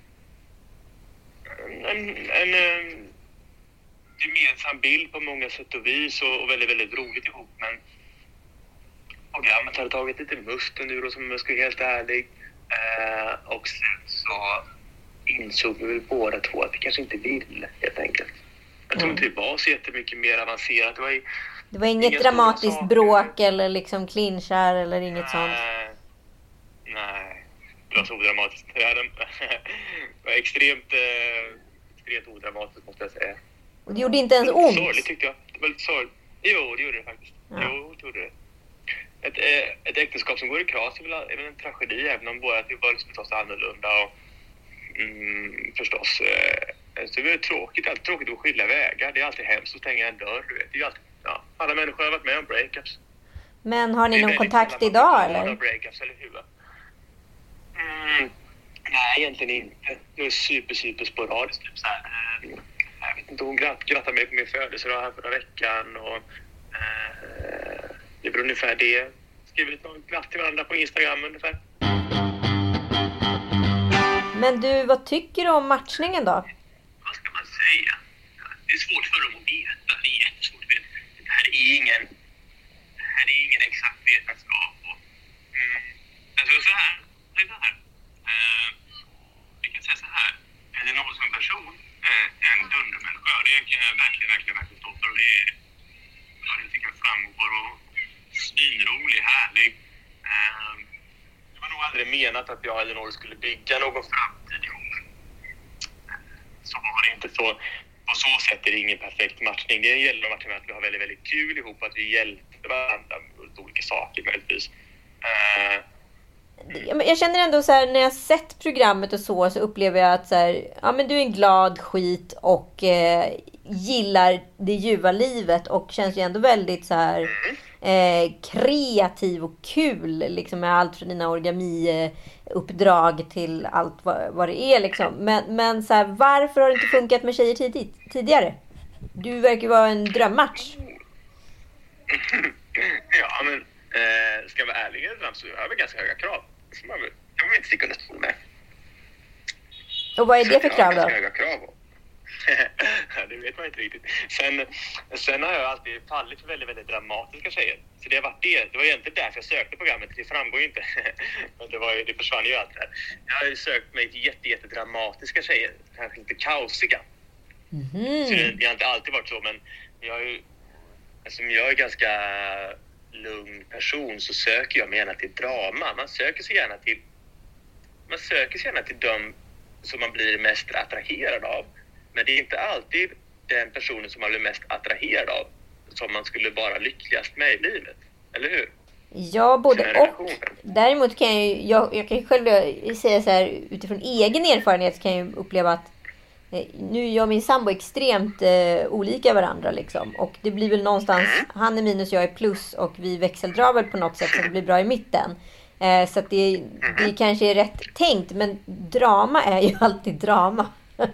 en gemensam bild på många sätt och vis och väldigt, väldigt roligt ihop, men programmet hade tagit lite musten ur oss om jag ska vara helt ärlig. Och sen så insåg vi båda två att vi kanske inte ville helt enkelt. Jag tror inte det var så jättemycket mer avancerat. Det var inget dramatiskt bråk eller liksom clinchar eller inget sånt? Nej, det var så odramatiskt. Det var extremt odramatiskt måste jag säga. Och det gjorde inte ens ont? Sorgligt tyckte jag. Det var lite sorgligt. Jo, det gjorde det faktiskt. Ja. Jo, det gjorde det. Ett äktenskap som går i kras är väl en tragedi, även om båda det var liksom förstås annorlunda och förstås så det är tråkigt, alltid tråkigt att skilja vägar. Det är alltid hemskt att stänga en dörr, du vet. Det är alltid, alla människor har varit med om breakups. Men har ni någon kontakt idag eller? Breakups, eller hur? Nej, egentligen inte. Det är super sporadiskt typ så här. Jag vet inte, hon grattade mig på min födelsedag här förra veckan och det var ungefär det. Skrivit något glatt till varandra på Instagram ungefär. Men du, vad tycker du om matchningen då? Vad ska man säga? Det är svårt för dem att veta. Det är jättesvårt att veta. Det här är ingen exakt vetenskap. Alltså så här. Vi kan säga så här. Är det någon som person en dundermänniska? Det kan jag verkligen stå för. Det tycker jag framgår och svinrolig, härlig. Det var nog aldrig menat att jag eller någon skulle bygga någon framtid ihop. Så var det inte så. På så sätt är det ingen perfekt matchning. Det gäller att matcha med att vi har väldigt, väldigt kul ihop, att vi hjälper varandra med olika saker möjligtvis. Jag känner ändå så här, när jag sett programmet och så upplever jag att så här, ja, men du är en glad skit och gillar det ljuva livet och känns ju ändå väldigt så här kreativ och kul liksom, med allt från dina origami-uppdrag till allt vad det är liksom. Men så här, varför har det inte funkat med tjejer tidigare? Du verkar ju vara en drömmatch. Ja, men ska jag vara ärlig så har jag ganska höga krav. Så jag vill inte sticka under stol med. Och vad är det för krav då? Ganska höga krav. Det vet man inte riktigt. Sen har jag alltid fallit för väldigt, väldigt dramatiska tjejer. Så det var egentligen därför jag sökte programmet. Det framgår ju inte. Men det försvann ju allt där. Jag har ju sökt mig till jättedramatiska tjejer. Kanske inte kaosiga. Så det har inte alltid varit så. Men jag är ganska lugn person, så söker jag mig gärna till drama. Man söker sig gärna till dem som man blir mest attraherad av. Men det är inte alltid den personen som man blir mest attraherad av som man skulle vara lyckligast med i livet. Eller hur? Ja, både och. Däremot kan jag kan själv säga så här, utifrån egen erfarenhet kan jag uppleva att nu är jag och min sambo extremt olika varandra liksom. Och det blir väl någonstans, han är minus, jag är plus, och vi växeldrar väl på något sätt så det blir bra i mitten. Så att det kanske är rätt tänkt, men drama är ju alltid drama.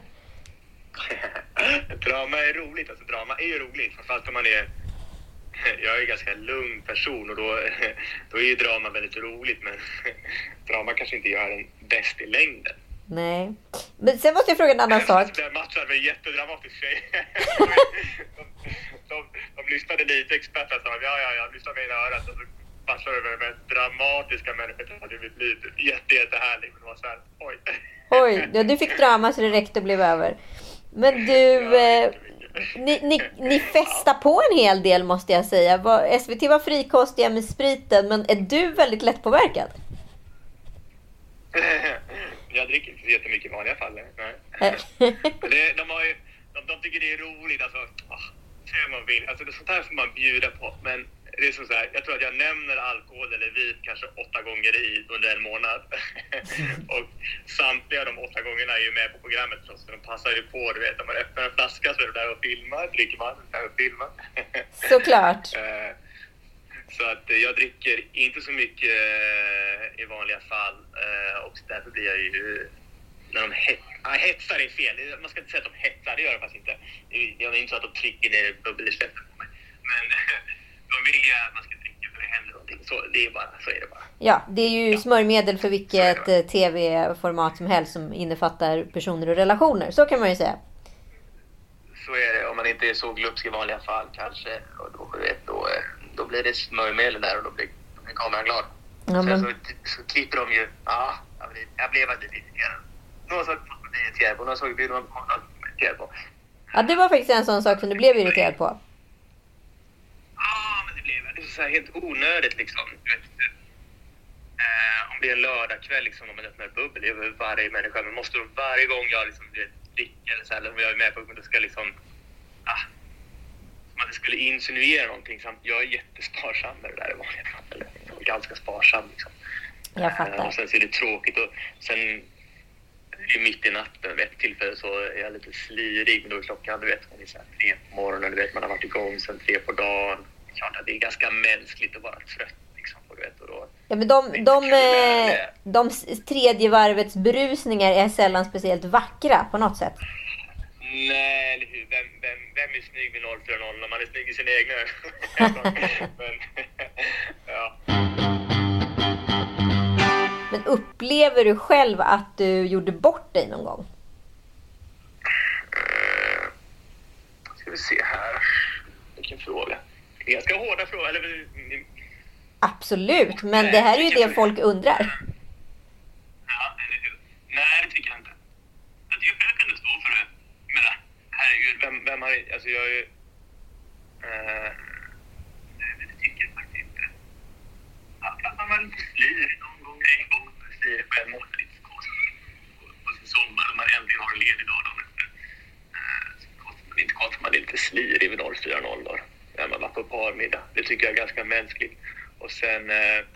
Drama är roligt, alltså drama är ju roligt, framförallt om jag är en ganska lugn person och då är ju drama väldigt roligt, men drama kanske inte gör en bäst i längden. Nej. Men sen måste jag fråga en annan sak. Den matchen var jättedramatisk tjej. de lyssnade lite, experter sa jag lyssnade med i örat och så matchade det med dramatiska människor. Det blev lite jättehärligt, men det var så här, oj. Ja, du fick drama så det räckte och blev över. Men du, ni festar på en hel del måste jag säga. SVT var frikostiga med spriten, men är du väldigt lättpåverkad? Jag dricker inte jättemycket i vanliga fall. Nej. De tycker det är roligt. Alltså, man vill. Alltså, det är sånt här får man bjuda på. Men det är så här, jag tror att jag nämner alkohol eller vin kanske 8 gånger under en månad. Och samtliga de 8 gångerna är ju med på programmet. Så de passar ju på, du vet. Om man öppnar en flaska så är det där och filmar. Dricker man, där och filmar. Såklart. Så att jag dricker inte så mycket i vanliga fall. Och därför blir jag ju... När de hetsar är fel. Man ska inte säga att de hetsar, det gör de faktiskt inte. Jag är inte så att de trycker ner bubbelsläppen på mig. Men de vill att man ska dricka för det händer någonting. Så är det bara. Ja, det är ju smörjmedel för vilket tv-format som helst som innefattar personer och relationer. Så kan man ju säga. Så är det. Om man inte är så glupsk i vanliga fall kanske. Och då blir det smörjmedel där och då blir kameran glad. Ja, men... så klipper de ju... Ja, jag blev lite irriterad. Några saker man blir irriterad på, några saker blir man irriterad på. Ja, det var faktiskt en sån sak som du blev irriterad på. Ja, men det blev så här helt onödigt liksom. Om det är en lördagkväll liksom, om man öppnar ett bubbel över varje människa. Men måste då varje gång jag liksom dricker eller så här, eller om jag är med på det ska liksom... Som att det skulle insinuera någonting. Samt jag är jättesparsam med det där i vanliga fall. Eller ganska sparsam liksom. Jag fattar. Och sen så är det tråkigt och sen är mitt i natten vid ett tillfälle så är jag lite slirig, men då är klockan, du vet, man är så här 3 på morgonen, du vet, man har varit igång sen 3 på dagen. Klart att det är ganska mänskligt att vara trött liksom, du vet, och då... Ja, men de tredje varvets berusningar är sällan speciellt vackra på något sätt. Nej, eller hur? Vem är snygg vid 040 när man är snygg i sin egna? Men, ja. Men upplever du själv att du gjorde bort dig någon gång? Ska vi se här. Vilken fråga. Det är ganska hårda frågor. Eller... Absolut, men det här är ju det folk undrar. Ja, eller hur? Nej, det tycker jag inte. Jag tycker jag kan stå för det. Men herregud, vem har... Alltså jag är ju... det tycker jag faktiskt inte. Att man var lite slirig någon gång. En gång slirig på en månad lite på sin sommar. Om man äntligen har en ledig dag. Så kostar man tycker jag är ganska mänskligt. Och sen...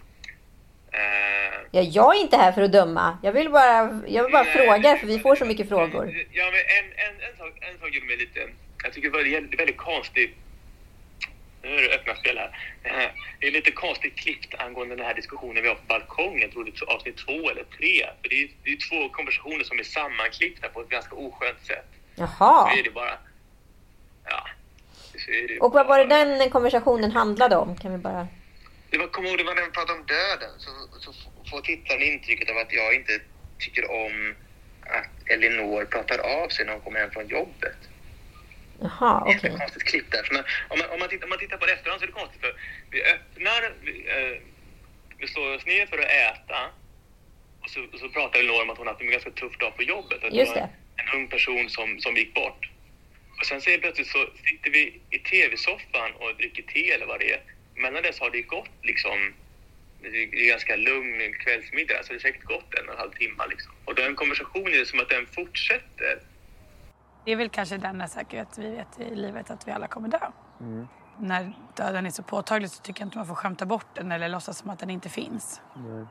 Ja, jag är inte här för att döma. Jag vill bara fråga, för vi får så mycket frågor. Ja, men en sak gjorde mig lite... Jag tycker det är väldigt konstigt. Nu är det öppna spel här. Det är lite konstigt klippt angående den här diskussionen vi har på balkongen. Jag tror det är avsnitt 2 eller 3. För det är 2 konversationer som är sammanklippta på ett ganska oskönt sätt. Jaha. Så är det bara... Ja. Och vad var det den konversationen handlade om? Kan vi bara... Det var när vi pratade om döden. Så får tittaren intrycket av att jag inte tycker om att Elinor pratar av sig när hon kommer hem från jobbet. Jaha, okej. Det är ett konstigt klipp där. Men om man tittar på det efterhand så är det konstigt. För vi öppnar, vi slår oss ner för att äta. Och så pratar Elinor om att hon haft en ganska tuff dag på jobbet. Att Just det det. var en ung person som gick bort. Och sen så plötsligt så sitter vi i tv-soffan och dricker te eller vad det är. Mellan dess har det gått liksom, det är ganska lugn kvällsmiddag, så det är säkert gått 1,5 timme liksom. Och den konversationen är som att den fortsätter. Det är väl kanske denna säkerhet vi vet i livet att vi alla kommer dö. Mm. När döden är så påtaglig så tycker jag inte man får skämta bort den eller låtsas som att den inte finns. Mm.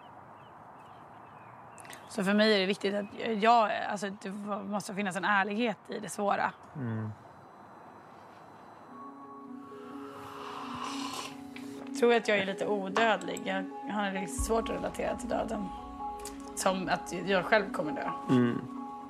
Så för mig är det viktigt att det måste finnas en ärlighet i det svåra. Mm. Jag tror att jag är lite odödlig. Jag har lite svårt att relatera till döden. Som att jag själv kommer dö. Mm.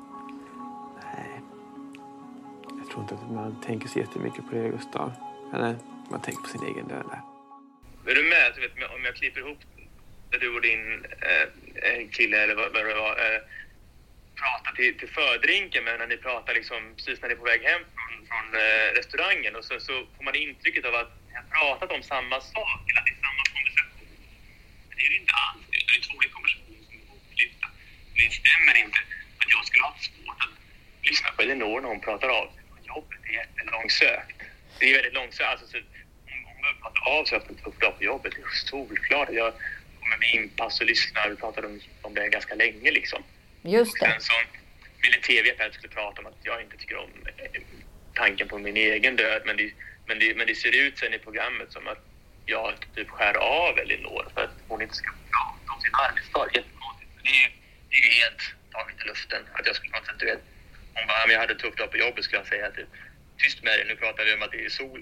Nej. Jag tror inte att man tänker så jättemycket på det, Gustav. Eller man tänker på sin egen död där. Är du med? Du vet, om jag klipper ihop där du och din kille eller vad det var pratar till fördrinken, men när ni pratar liksom precis när ni är på väg hem från restaurangen, och så får man intrycket av att ni har pratat om samma sak eller att det är samma konversation. Men det är det inte alls. Det är 2 olika konversationer som är upplyfta. Det stämmer inte att jag skulle ha svårt att lyssna på Elinor när hon pratar av sig på jobbet. Det är jättelångsökt. Det är väldigt långsökt. Alltså, så hon behöver prata av sig efter en tuff dag på jobbet. Det är solklart. Jag kommer med inpass och lyssnar. Vi pratade om det ganska länge liksom. Just det. Och sen så ville tv att jag skulle prata om att jag inte tycker om tanken på min egen död, men det ser ut sen i programmet som att jag typ skär av Elinor för att hon inte ska prata om sin arbetsdag. Jättekonstigt. Det är ju helt taget i luften att jag skulle prata, du vet, hon bara, men jag hade tufft dag på jobbet, skulle jag säga typ, tyst med dig, nu pratar vi om att det är sol.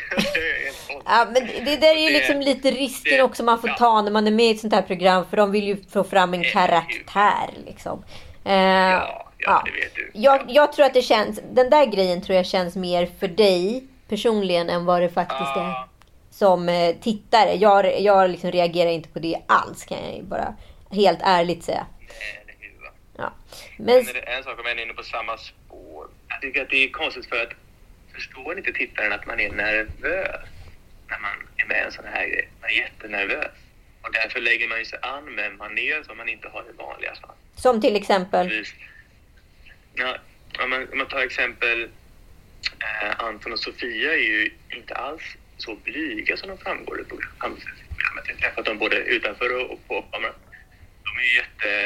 Ja, men det där är ju liksom lite risken också man får ta när man är med i ett sånt här program, för de vill ju få fram en karaktär liksom. Ja, det vet du. Jag tror att det känns, den där grejen tror jag känns mer för dig personligen än vad det faktiskt är som tittare. Jag liksom reagerar inte på det alls, kan jag bara helt ärligt säga. Nej, det är ju va. Ja. Men är det en sak om jag är inne på samma spår. Jag tycker att det är konstigt, för att förstår inte tittaren att man är nervös när man är med en sån här grej. Man är jättenervös. Och därför lägger man ju sig an med manér som man inte har i vanliga fall. Som till exempel? Ja, om man tar exempel Anton och Sofia är ju inte alls så blyga som de framgår i programmet. Jag har träffat dem både utanför och på kameran. De är ju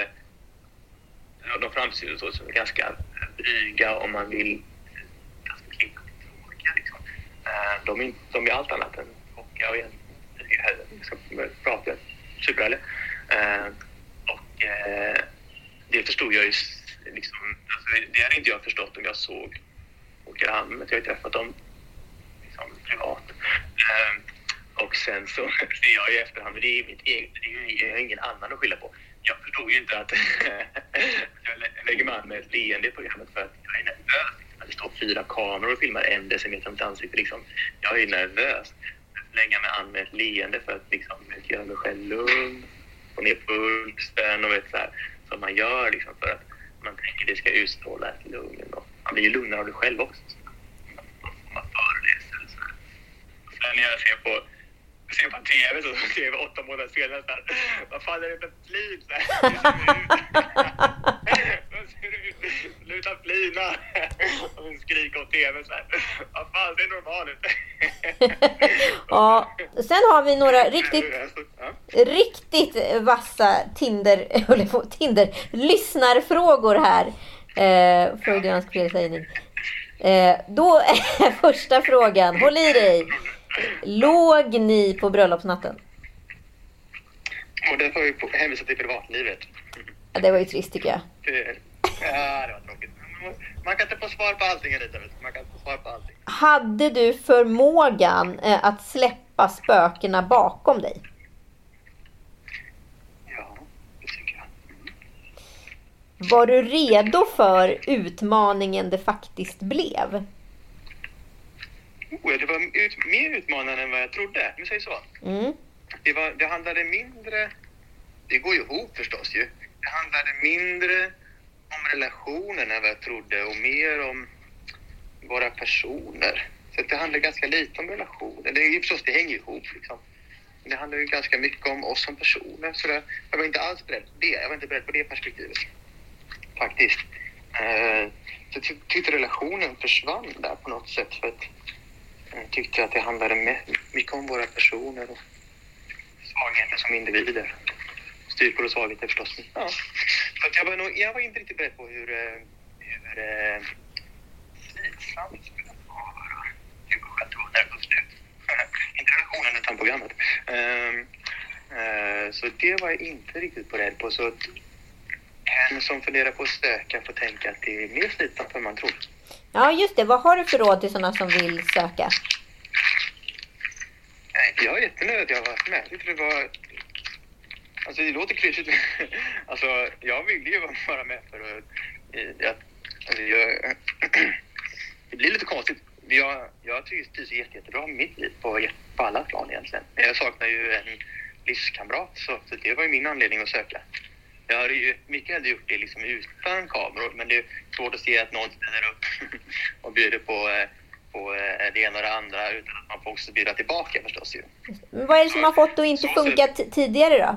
de framstår så som ganska blyga, om man vill ganska klippa till tråkiga liksom. De är allt annat än tråkiga och egentligen prata superhärligt. Och det förstod jag ju liksom, alltså, det hade inte jag förstått om jag såg programmet. Jag har ju träffat dem liksom privat. Och sen så ser jag i efterhand, men det är mitt eget, det är ingen annan att skylla på. Jag förstod ju inte att jag lägger mig an med ett leende i programmet för att jag är nervös. Att det står 4 kameror och filmar 1 decimeter om ett ansikte liksom. Jag är nervös. Jag lägger mig an med ett leende för att liksom göra mig själv lugn, få ner pulsen och vet så här, som man gör liksom, för att man tänker det ska utstråla ett lugn, och man blir ju lugnare av det själv också. Man föreläser eller så här. Och sen när jag ser på tv så ser vi 8 månader senare så här, vad fan är det för flin så här? Vad ser det ut? Sluta flina! Och skrika åt tv så här. Vad fan, ser normal ut? Ja, sen har vi några riktigt vassa Tinder-lyssnarfrågor här. Freudiansk felsägning. Då är första frågan, håll i dig. Låg ni på bröllopsnatten? Och det får vi hänvisa till privatlivet. Ja, det var ju trist tycker jag. Ja, det var tråkigt. Man kan inte få svar på allting, Anita. Man kan inte få svar på allting. Hade du förmågan att släppa spökena bakom dig? Ja, det tycker jag. Var du redo för utmaningen det faktiskt blev? Det var mer utmanande än vad jag trodde. Nu säger så. Det handlade mindre... Det går ju ihop förstås ju. Det handlade mindre om relationen än vad jag trodde och mer om våra personer. Så det handlar ganska lite om relationer. Det är ju förstås, det hänger ihop liksom. Det handlar ju ganska mycket om oss som personer. Så jag var inte alls beredd på det. Jag var inte beredd på det perspektivet. Faktiskt. Så jag tyckte relationen försvann där på något sätt. För att jag tyckte att det handlade mycket om våra personer och svagheter som individer. Styrkor och svagheter förstås. Ja. Så att jag var inte riktigt beredd på hur slitsamt det skulle vara. Det var skönt att vara där på slut. Inte relationen utan programmet. Så det var jag inte riktigt beredd på. Så att en som funderar på att söka får tänka att det är mer slitsamt än man tror. Ja, just det. Vad har du för råd till sådana som vill söka? Jag är jättenöjd att jag har varit med. Det var... Alltså det låter klyschigt. Alltså jag ville ju vara med för att... det blir lite konstigt. Jag trivs jättebra med mitt liv på alla plan egentligen. Jag saknar ju en livskamrat. Så det var ju min anledning att söka. Jag har ju mycket hellre gjort det liksom utan kameror. Men det är svårt att se att någon ställer upp och bjuder på det ena och det andra utan att man får också bjuda tillbaka förstås ju. Vad är det som har fått att inte funka tidigare då?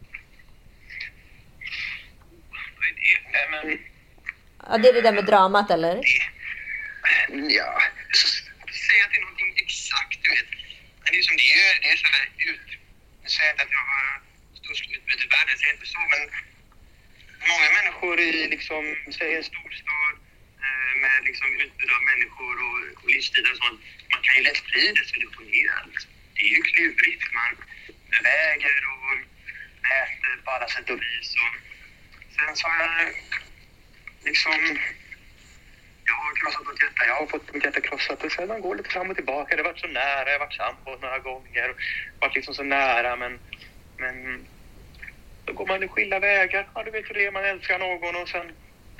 Ja, det är det där med dramat eller? Ja, så säga till någonting exakt, du vet. Men det är som det är så där jag säger inte att jag var störst utbyte i världen, säger inte så, men många människor i liksom, säg en storstad med liksom utbud av människor och livsstilar och sånt, man kan ju lätt bli desillusionerad. Det är ju klurigt, man väger och äter på alla sätt och vis. Och sen så har jag liksom, jag har krossat mitt hjärta, jag har fått mitt hjärta krossat och sen man går lite fram och tillbaka. Det har varit så nära, jag har varit sambo några gånger och varit liksom så nära, men då går man i skilda vägar. Ja, du vet hur det är, man älskar någon och sen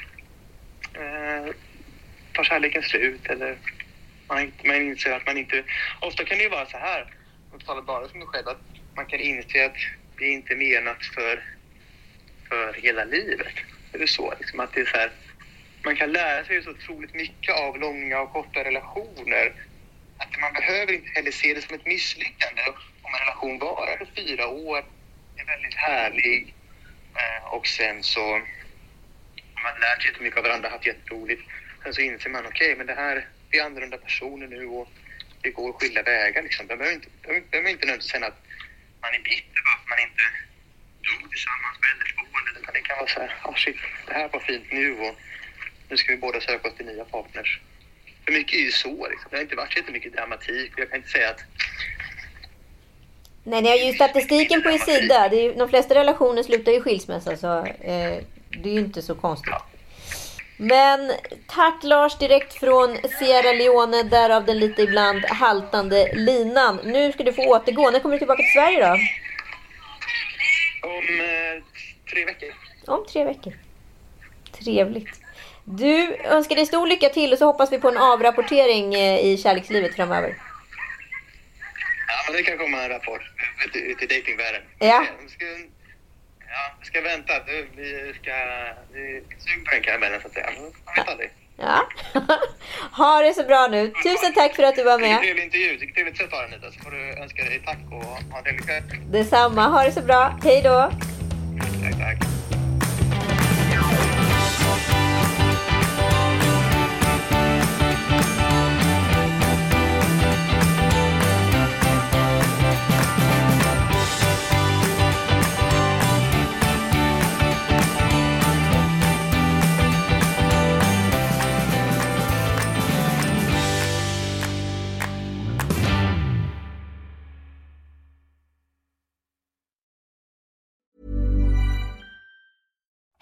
tar kärleken slut eller man inser att man inte... Ofta kan det ju vara så här, om talar bara som du själv, att man kan inse att det är inte menat för hela livet. Det är så liksom, att det är så här, man kan lära sig så otroligt mycket av långa och korta relationer att man behöver inte heller se det som ett misslyckande om en relation varar 4 år, är väldigt härlig och sen så har man lärt sig mycket av varandra, haft jätteroligt. Sen så inser man men det här är annorlunda personer nu och det går skilda vägar liksom. Det behöver inte nödvändigtvis känna att man är bitter för att man inte dog tillsammans med äldreboende. Det kan vara så här, shit, det här var fint nu och nu ska vi båda söka oss till nya partners. För mycket är ju så liksom. Det har inte varit så mycket dramatik. Jag kan inte säga att... Nej, ni har ju statistiken på er sida. De flesta relationer slutar ju skilsmässa, så det är ju inte så konstigt. Ja. Men tack Lars, direkt från Sierra Leone, därav den lite ibland haltande linan. Nu ska du få återgå. När kommer du tillbaka till Sverige då? Om 3 veckor. Om 3 veckor. Trevligt. Du, önskar dig stor lycka till och så hoppas vi på en avrapportering i kärlekslivet framöver. Ja, men det kan komma en rapport ut i datingvärlden. Ja. Jag ska vänta. Vi suger på den karamellen så att säga. Jag vet aldrig. Ja. Ha det så bra nu. Tusen tack för att du var med. Trevlig intervju. Trevligt sätt att ha den, så får du önska dig tack och ha en trevlig kväll. Detsamma. Ha det så bra. Hej då. Tack.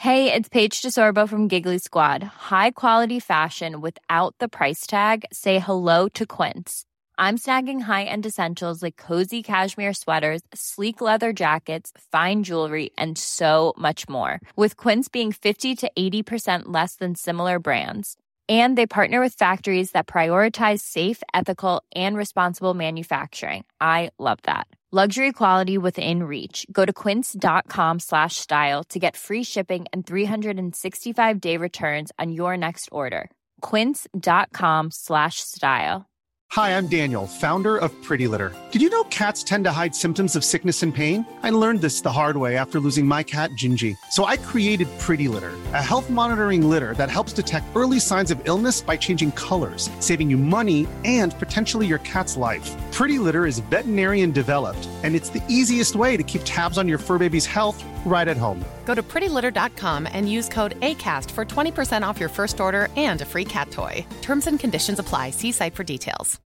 Hey, it's Paige DeSorbo from Giggly Squad. High quality fashion without the price tag. Say hello to Quince. I'm snagging high-end essentials like cozy cashmere sweaters, sleek leather jackets, fine jewelry, and so much more. With Quince being 50 to 80% less than similar brands. And they partner with factories that prioritize safe, ethical, and responsible manufacturing. I love that. Luxury quality within reach. Go to quince.com/style to get free shipping and 365-day returns on your next order. Quince.com/style. Hi, I'm Daniel, founder of Pretty Litter. Did you know cats tend to hide symptoms of sickness and pain? I learned this the hard way after losing my cat, Gingy. So I created Pretty Litter, a health monitoring litter that helps detect early signs of illness by changing colors, saving you money and potentially your cat's life. Pretty Litter is veterinarian developed, and it's the easiest way to keep tabs on your fur baby's health right at home. Go to prettylitter.com and use code ACAST for 20% off your first order and a free cat toy. Terms and conditions apply. See site for details.